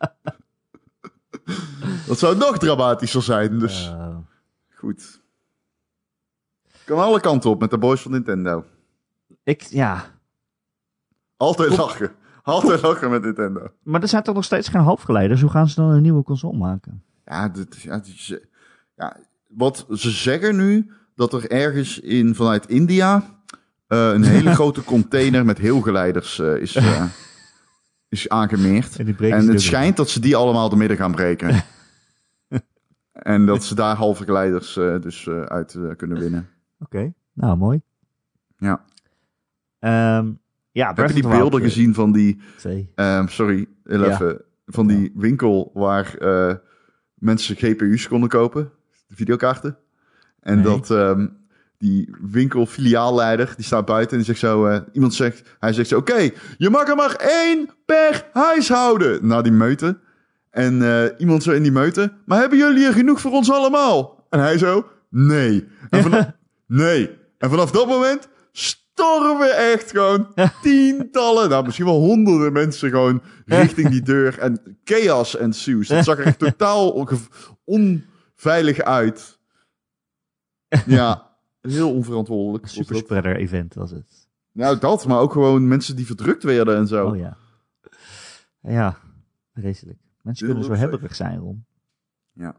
Dat zou nog dramatischer zijn. Dus uh. goed. Kan alle kanten op met de boys van Nintendo. Ik, ja. Altijd Op... lachen. Altijd lachen met Nintendo. Maar er zijn toch nog steeds geen halfgeleiders? Hoe gaan ze dan een nieuwe console maken? Ja, dit, ja, dit, ja wat ze zeggen nu, dat er ergens in vanuit India uh, een hele grote container met heel geleiders uh, is, uh, is aangemeerd. En, en het schijnt dat ze die allemaal door midden gaan breken. En dat ze daar halve geleiders uh, dus uh, uit uh, kunnen winnen. Oké, okay. Nou mooi. Ja. Um, ja, heb je die beelden gezien van die... Um, sorry, heel ja. even. Van die ja. winkel waar uh, mensen G P U's konden kopen. De videokaarten. En nee. dat um, die winkelfiliaalleider, die staat buiten en die zegt zo... Uh, iemand zegt, hij zegt zo, oké, okay, je mag er maar één per huishouden. Nou, die meute. En uh, iemand zo in die meute. Maar hebben jullie er genoeg voor ons allemaal? En hij zo, nee. En vanaf, nee. En vanaf dat moment storven echt gewoon tientallen, nou misschien wel honderden mensen gewoon richting die deur. En chaos en Suus. Het zag er echt totaal onveilig uit. Ja, heel onverantwoordelijk. Een superspreader event was het. Nou, dat, maar ook gewoon mensen die verdrukt werden en zo. Oh ja. Ja, vreselijk. Mensen Heel kunnen zo hebberig zijn, Ron. Ja.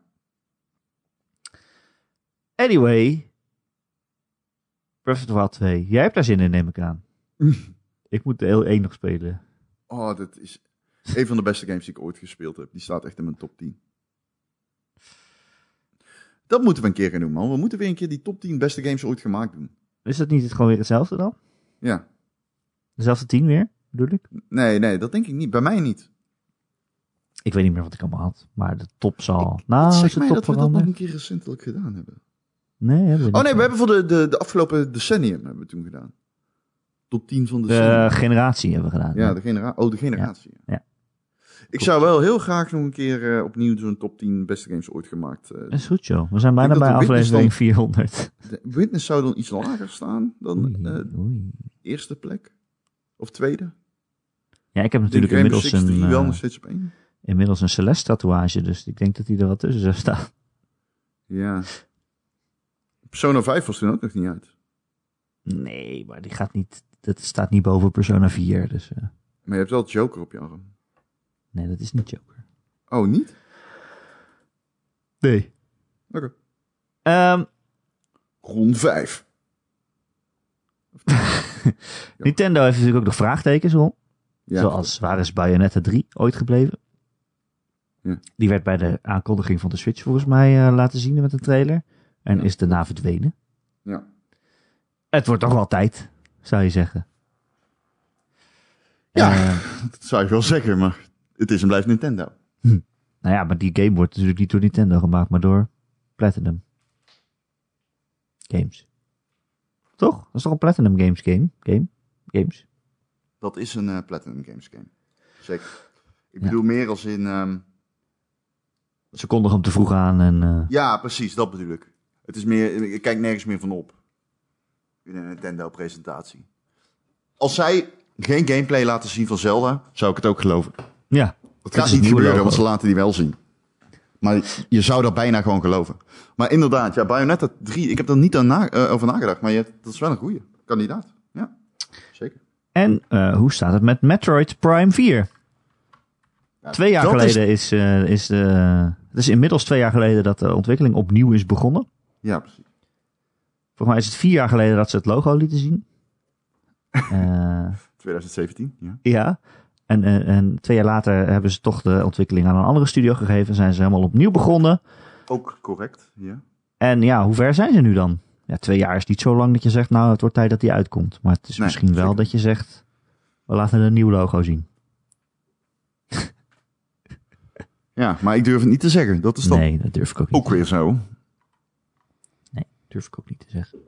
Anyway. Breath of the Wild twee. Jij hebt daar zin in, neem ik aan. Ik moet deel één nog spelen. Oh, dat is een van de beste games die ik ooit gespeeld heb. Die staat echt in mijn top tien. Dat moeten we een keer gaan doen, man. We moeten weer een keer die top tien beste games ooit gemaakt doen. Is dat niet gewoon weer hetzelfde dan? Ja. Dezelfde tien weer, bedoel ik? Nee, nee, dat denk ik niet. Bij mij niet. Ik weet niet meer wat ik allemaal had. Maar de top zal... Ik, nou, zeg is de mij top dat we dat veranderd? nog een keer recentelijk gedaan hebben. Nee, hebben we Oh niet. nee, we hebben voor de, de, de afgelopen decennium hebben we toen gedaan. Top tien van de De generatie hebben we gedaan. Ja, de genera- oh, de generatie. Ja. Ja. Ik zou wel heel graag nog een keer uh, opnieuw zo'n top tien beste games ooit gemaakt. Uh, Dat is goed, joh. We zijn bijna Ik denk bij dat de Witness aflevering dan- vierhonderd. de Witness zou dan iets lager staan dan Oei, uh, oei. eerste plek. Of tweede. Ja, ik heb Ik denk natuurlijk Rainbow inmiddels Six een, drie wel uh, nog steeds op één. inmiddels een Celeste tatoeage. Dus ik denk dat die er wat tussen zou staan. Ja. Persona vijf was toen ook nog niet uit. Nee, maar die gaat niet... Dat staat niet boven Persona vier. Dus, uh, Maar je hebt wel Joker op je arm. nee, dat is niet Joker. Oh, niet? Nee. Oké. Um, Ron vijf. Nintendo heeft natuurlijk ook nog vraagtekens, Ron. Ja. Zoals, waar is Bayonetta drie ooit gebleven? Ja. Die werd bij de aankondiging van de Switch volgens mij uh, laten zien met een trailer. En Ja. is daarna verdwenen. Ja. Het wordt toch wel tijd, zou je zeggen. Ja, Uh, dat zou je wel zeggen, maar het is en blijft Nintendo. nou ja, maar die game wordt natuurlijk niet door Nintendo gemaakt, maar door Platinum Games. Toch? Dat is toch een Platinum Games game? Game? Games? Dat is een uh, Platinum Games game. Zeker. Ik Ja. bedoel meer als in... Um, Ze kondigen hem te vroeg aan en... Uh, ja, precies, dat bedoel ik. Het is meer, ik kijk nergens meer van op. In een Nintendo-presentatie. Als zij geen gameplay laten zien van Zelda, zou ik het ook geloven. ja. Dat is gaat het niet nieuwe gebeuren, logo. want ze laten die wel zien. Maar je zou dat bijna gewoon geloven. Maar inderdaad, ja, Bayonetta drie, ik heb er niet aan na, uh, over nagedacht, maar je, dat is wel een goede kandidaat. Ja, zeker. En uh, hoe staat het met Metroid Prime vier? Ja, Twee jaar dat geleden is... is, uh, is uh, het is inmiddels twee jaar geleden dat de ontwikkeling opnieuw is begonnen. Ja, precies. Volgens mij is het vier jaar geleden dat ze het logo lieten zien. Uh, twintig zeventien, ja. ja. En, en, en twee jaar later hebben ze toch de ontwikkeling aan een andere studio gegeven. Zijn ze helemaal opnieuw begonnen. Ook correct, ja. En ja, hoe ver zijn ze nu dan? Ja, twee jaar is niet zo lang dat je zegt, nou, het wordt tijd dat die uitkomt. Maar het is Nee, misschien wel zeker. dat je zegt, we laten een nieuw logo zien. Ja, maar ik durf het niet te zeggen. Dat is dan Nee, dat durf ik ook niet. ook weer zo. Nee, durf ik ook niet te zeggen.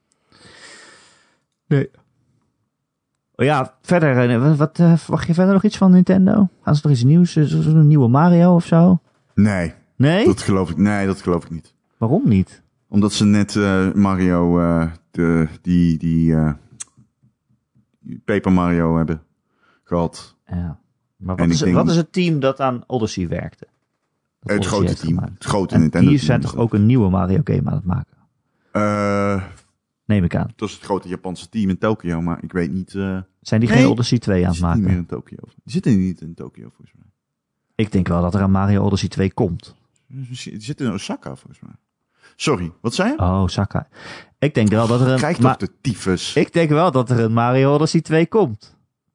Nee. Oh ja, verder, eh, wat, wat uh, verwacht je verder nog iets van Nintendo? Gaan ze nog iets nieuws, eh, zoals een nieuwe Mario of zo? Nee, Nee? dat geloof ik, nee, dat geloof ik niet. Waarom niet? Omdat ze net uh, Mario, uh, de, die, die uh, Paper Mario hebben gehad. Ja. Maar En wat is, ik denk- wat is het team dat aan Odyssey werkte? Dat Het Odyssey grote heeft team, gemaakt. het grote En Nintendo die team. zijn toch ook een nieuwe Mario game aan het maken? Uh, Neem ik aan. dat is het grote Japanse team in Tokio, maar ik weet niet... Uh, Zijn die Nee, geen Odyssey twee aan die het zitten niet maken? meer in Tokio. Die zitten niet in Tokio, volgens mij. Ik denk wel dat er een Mario Odyssey twee komt. Die zitten in Osaka, volgens mij. Sorry, wat zei je? Oh, Saka. Ik denk wel dat er een... Krijg Ma- toch de tyfus. ik denk wel dat er een Mario Odyssey twee komt.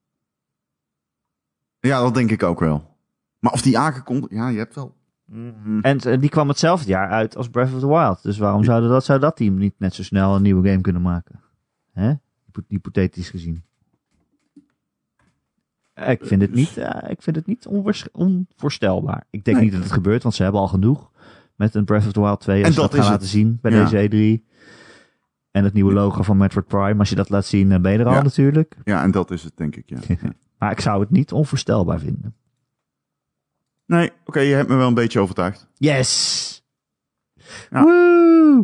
Ja, dat denk ik ook wel. Maar of die aangekondigd... Ja, je hebt wel... En uh, die kwam hetzelfde jaar uit als Breath of the Wild. Dus waarom zouden dat, zou dat team niet net zo snel een nieuwe game kunnen maken? Hè? Hypo- Hypothetisch gezien. Uh, ik vind het niet, uh, ik vind het niet onvoors- onvoorstelbaar. Ik denk Nee. niet dat het gebeurt, want ze hebben al genoeg met een Breath of the Wild twee. En Als ze dat dat gaan is laten het. zien bij Ja. deze E drie. En het nieuwe logo van Metroid Prime. Als je dat laat zien, ben je er al ja. natuurlijk. Ja, en dat is het, denk ik, ja. Maar ik zou het niet onvoorstelbaar vinden. Nee, oké, okay, je hebt me wel een beetje overtuigd. Yes! Ja. Woe!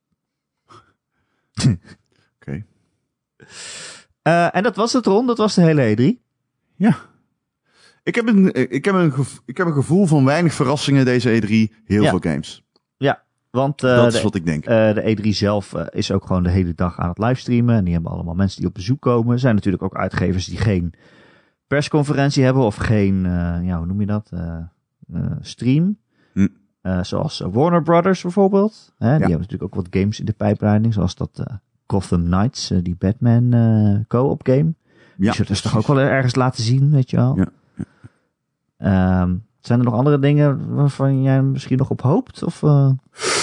Oké. Okay. Uh, en dat was het, Ron. Dat was de hele E drie. Ja. Ik heb een, ik heb een, gevo- ik heb een gevoel van weinig verrassingen deze E drie. Heel ja. veel games. Ja, want uh, dat is de, wat ik denk. Uh, de E drie zelf uh, is ook gewoon de hele dag aan het livestreamen. En die hebben allemaal mensen die op bezoek komen. Er zijn natuurlijk ook uitgevers die geen persconferentie hebben of geen, uh, ja, hoe noem je dat, uh, uh, stream. Hm. Uh, zoals Warner Brothers bijvoorbeeld. Hè, die ja. hebben natuurlijk ook wat games in de pijpleiding. Zoals dat uh, Gotham Knights, uh, die Batman uh, co-op game. Ja, die zullen dus toch ook wel ergens laten zien, weet je wel. Ja. Ja. Um, zijn er nog andere dingen waarvan jij misschien nog op hoopt? Of, uh...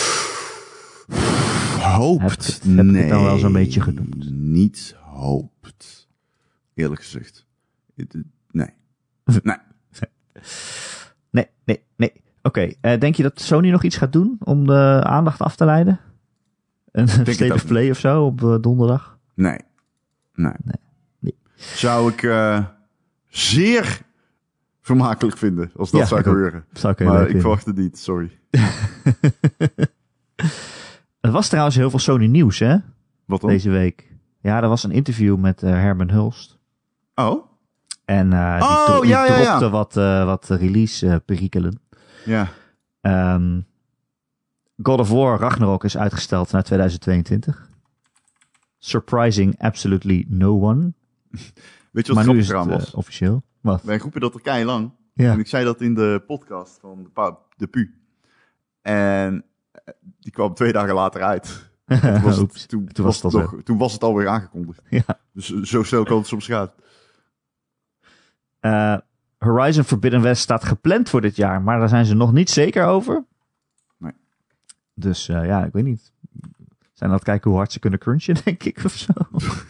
Hoopt? Heb, heb nee. ik het dan wel zo'n beetje genoemd? Niet hoopt. Eerlijk gezegd. Nee. Nee. Nee, nee, nee. Oké, okay. uh, denk je dat Sony nog iets gaat doen om de aandacht af te leiden? Een State of Play of zo op uh, donderdag? Nee. Nee. nee. nee. Zou ik uh, zeer vermakelijk vinden als dat ja, zou gebeuren. Zou ik maar ik verwacht het niet, sorry. Er was trouwens heel veel Sony nieuws, hè? Wat dan? Deze week. Ja, er was een interview met uh, Herman Hulst. Oh? En uh, die, oh, dro- die ja, ja, dropte ja. wat, uh, wat release uh, perikelen. Ja. Um, God of War Ragnarok is uitgesteld naar tweeduizend tweeëntwintig. Surprising absolutely no one. Weet je wat maar nu is eraan het was? Uh, officieel. Wat? Wij roepen dat er keilang. Ja. En ik zei dat in de podcast van de, pa- de Pu. En die kwam twee dagen later uit. Toen was het, toen, toen was het, nog, toen was het alweer aangekondigd. Ja. Dus zo snel kan het soms gaan. Uh, Horizon Forbidden West staat gepland voor dit jaar, maar daar zijn ze nog niet zeker over. Nee. Dus uh, ja, ik weet niet. Zijn aan het kijken hoe hard ze kunnen crunchen, denk ik, of zo.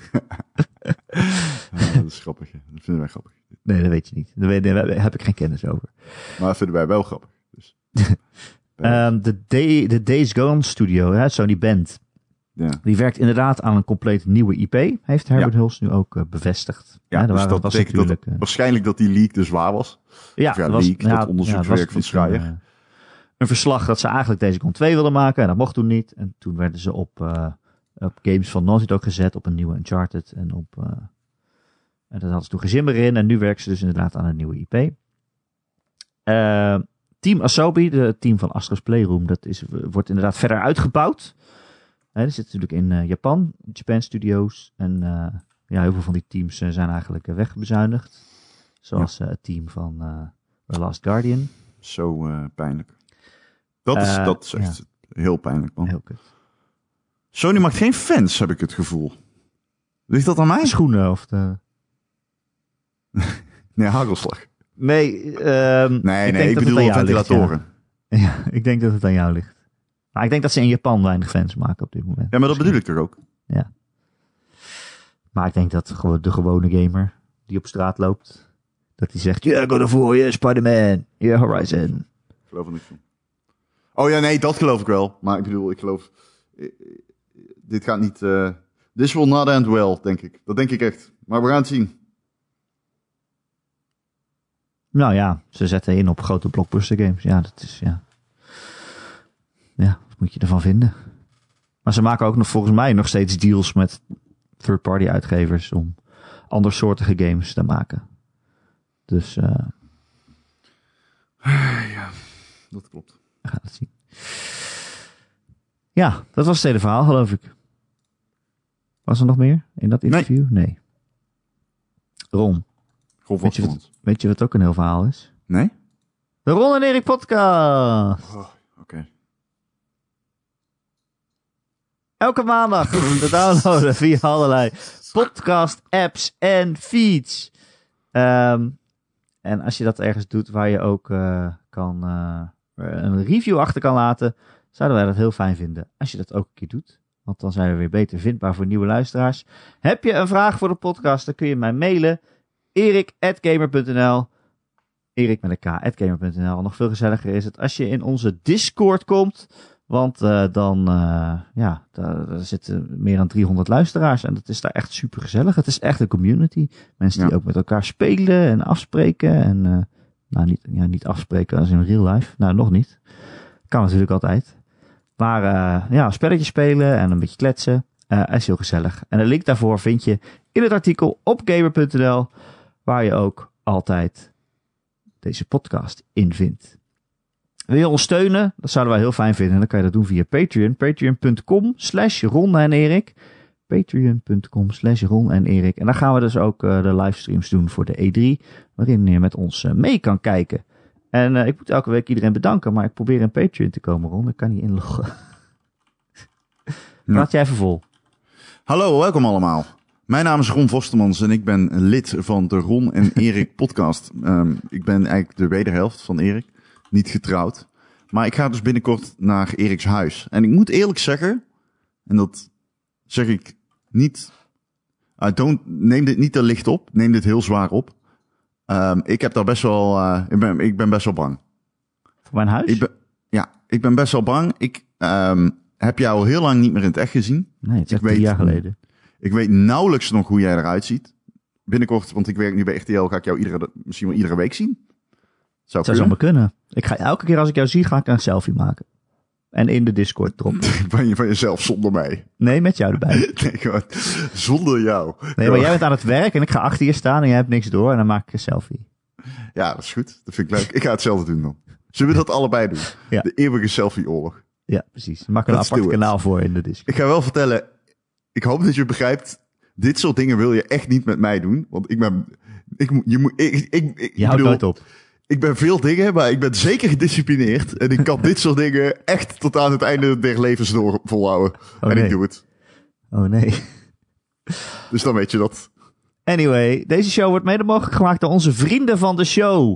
Ja, dat is grappig. Dat vinden wij grappig. Nee, dat weet je niet. Daar, daar, daar heb ik geen kennis over. Maar dat vinden wij wel grappig. Dus. um, de, Day, de Days Gone studio, hè, Sony Band, ja. die werkt inderdaad aan een compleet nieuwe I P. Heeft Herbert ja. Hulst nu ook uh, bevestigd. Ja, ja dus waren, dat was betekent natuurlijk, dat uh, waarschijnlijk dat die leak dus waar was. Ja, of ja, was, leak, ja, dat onderzoekswerk ja, van Schreier. Een, uh, een verslag dat ze eigenlijk Days Gone twee wilden maken. En dat mocht toen niet. En toen werden ze op, uh, op games van Naughty Dog gezet. Op een nieuwe Uncharted. En op... Uh, en dat hadden ze toen geen zin meer in. En nu werken ze dus inderdaad aan een nieuwe I P. Uh, team Asobi, de team van Astro's Playroom, dat is, wordt inderdaad verder uitgebouwd. He, die zit natuurlijk in uh, Japan, Japan Studios. En uh, ja, heel veel van die teams uh, zijn eigenlijk uh, wegbezuinigd. Zoals uh, het team van uh, The Last Guardian. Zo uh, pijnlijk. Dat is, uh, dat is echt ja. heel pijnlijk, man. Heel kut. Sony maakt geen fans, heb ik het gevoel. Ligt dat aan mij? De schoenen of de... nee, hagelslag. Nee, um, nee, ik, nee, denk ik dat bedoel het aan jou ventilatoren. Ligt, ja. ja, ik denk dat het aan jou ligt. Maar ik denk dat ze in Japan weinig fans maken op dit moment. Ja, maar dat bedoel ik toch ook? Ja. Maar ik denk dat de gewone gamer die op straat loopt, dat die zegt, ja, yeah, God of War, yeah, Spider-Man, yeah, Horizon. Ik geloof er niks van. Oh ja, nee, dat geloof ik wel. Maar ik bedoel, ik geloof... Dit gaat niet... Uh, this will not end well, denk ik. Dat denk ik echt. Maar we gaan het zien. Nou ja, ze zetten in op grote blockbuster games. Ja, dat is, ja... Ja, wat moet je ervan vinden? Maar ze maken ook nog volgens mij nog steeds deals met third-party uitgevers om andersoortige games te maken. Dus... Uh, ja, dat klopt. We gaan het zien. Ja, dat was het hele verhaal, geloof ik. Was er nog meer in dat interview? Nee. nee. Ron, weet je, wat, weet je wat ook een heel verhaal is? Nee? De Ron en Erik podcast. Oh, Oké. Okay. Elke maandag te downloaden via allerlei podcast apps en feeds. Um, en als je dat ergens doet waar je ook uh, kan uh, een review achter kan laten, zouden wij dat heel fijn vinden als je dat ook een keer doet. Want dan zijn we weer beter vindbaar voor nieuwe luisteraars. Heb je een vraag voor de podcast, dan kun je mij mailen. erik at gamer punt n l Erik met een k at gamer punt n l. Nog veel gezelliger is het als je in onze Discord komt. Want uh, dan, uh, ja, daar, daar zitten meer dan driehonderd luisteraars. En dat is daar echt super gezellig. Het is echt een community. Mensen die ja. ook met elkaar spelen en afspreken. En, uh, nou, niet, ja, niet afspreken als in real life. Nou, nog niet. Kan natuurlijk altijd. Maar uh, ja, spelletjes spelen en een beetje kletsen. Uh, is heel gezellig. En de link daarvoor vind je in het artikel op gamer punt n l. Waar je ook altijd deze podcast in vindt. Wil je ons steunen? Dat zouden wij heel fijn vinden. Dan kan je dat doen via Patreon. Patreon.com slash Ron en Erik. Patreon.com slash Ron en Erik. En dan gaan we dus ook uh, de livestreams doen voor de E drie. Waarin je met ons uh, mee kan kijken. En uh, ik moet elke week iedereen bedanken. Maar ik probeer in Patreon te komen, Ron. Ik kan niet inloggen. Laat jij even vol. Hallo, welkom allemaal. Mijn naam is Ron Vostermans en ik ben lid van de Ron en Erik podcast. Um, ik ben eigenlijk de wederhelft van Erik. Niet getrouwd. Maar ik ga dus binnenkort naar Eriks huis. En ik moet eerlijk zeggen, en dat zeg ik niet, uh, don't, neem dit niet te licht op. Neem dit heel zwaar op. Um, ik heb daar best wel, uh, ik, ben, ik ben best wel bang. Voor mijn huis? Ik ben, ja, ik ben best wel bang. Ik um, heb jou al heel lang niet meer in het echt gezien. Nee, het is echt drie jaar geleden. Ik weet nauwelijks nog hoe jij eruit ziet. Binnenkort, want ik werk nu bij R T L, ga ik jou iedere, misschien wel iedere week zien. Zou dat zou zomaar kunnen. Ik ga elke keer als ik jou zie, ga ik een selfie maken. En in de Discord droppen. Van, je, van jezelf zonder mij? Nee, met jou erbij. Nee, gewoon zonder jou. Nee, maar jij bent aan het werk en ik ga achter je staan en jij hebt niks door en dan maak ik een selfie. Ja, dat is goed. Dat vind ik leuk. Ik ga hetzelfde doen dan. Zullen we dat allebei doen? Ja. De eeuwige selfie-oorlog. Ja, precies. Maak er een apart kanaal voor in de Discord. Ik ga wel vertellen, ik hoop dat je begrijpt, dit soort dingen wil je echt niet met mij doen. Want ik ben, ik, je moet, ik, ik, ik, ik je houdt nooit op. Ik ben veel dingen, maar ik ben zeker gedisciplineerd. En ik kan dit soort dingen echt tot aan het einde der levens door volhouden. Oh, en nee. ik doe het. Oh nee. Dus dan weet je dat. Anyway, deze show wordt mede mogelijk gemaakt door onze vrienden van de show.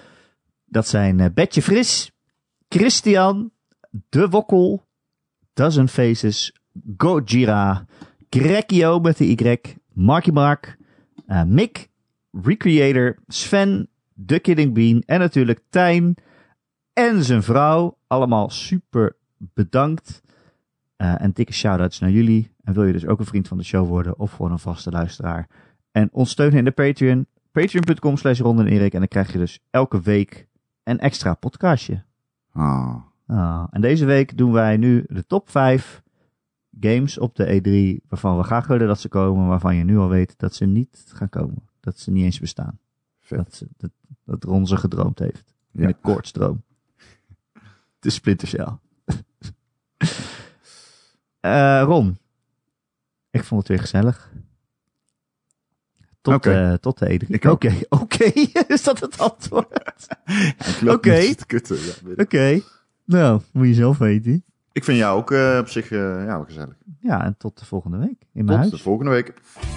Dat zijn uh, Betje Fris, Christian, De Wokkel, Dozen Faces, Gojira, Grekio met de Y, Marky Mark, uh, Mick, Recreator, Sven, The Kidding Bean en natuurlijk Tijn en zijn vrouw. Allemaal super bedankt. Uh, en dikke shout-outs naar jullie. En wil je dus ook een vriend van de show worden of gewoon een vaste luisteraar. En ons steunen in de Patreon. Patreon.com slash Ron en Erik. En dan krijg je dus elke week een extra podcastje. Ah. Oh, en deze week doen wij nu de top vijf games op de E drie. Waarvan we graag willen dat ze komen. Waarvan je nu al weet dat ze niet gaan komen. Dat ze niet eens bestaan. Dat, ze, dat, dat Ron ze gedroomd heeft. In ja. een koortsdroom. De Splinter Cell. uh, Ron. Ik vond het weer gezellig. Tot, okay. uh, tot de E drie. Oké, oké. Okay. Okay. Is dat het antwoord? Oké. Okay. Oké. Okay. Nou, moet je zelf weten. Ik vind jou ook uh, op zich uh, ja, gezellig. Ja, en tot de volgende week. In mijn tot huis. Tot de volgende week.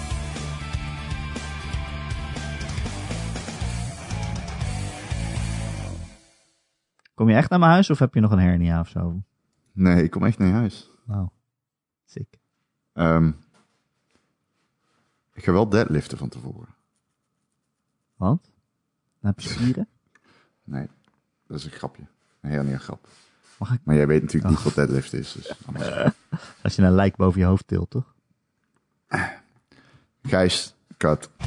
Kom je echt naar mijn huis of heb je nog een hernia of zo? Nee, ik kom echt naar je huis. Wauw. Sick. Um, ik ga wel deadliften van tevoren. Want? Dan heb je spieren? Nee, dat is een grapje. Een hernia grap. Mag ik? Maar jij weet natuurlijk oh. niet wat deadlift is. Dus als je een lijk boven je hoofd tilt, toch? Gijs, cut.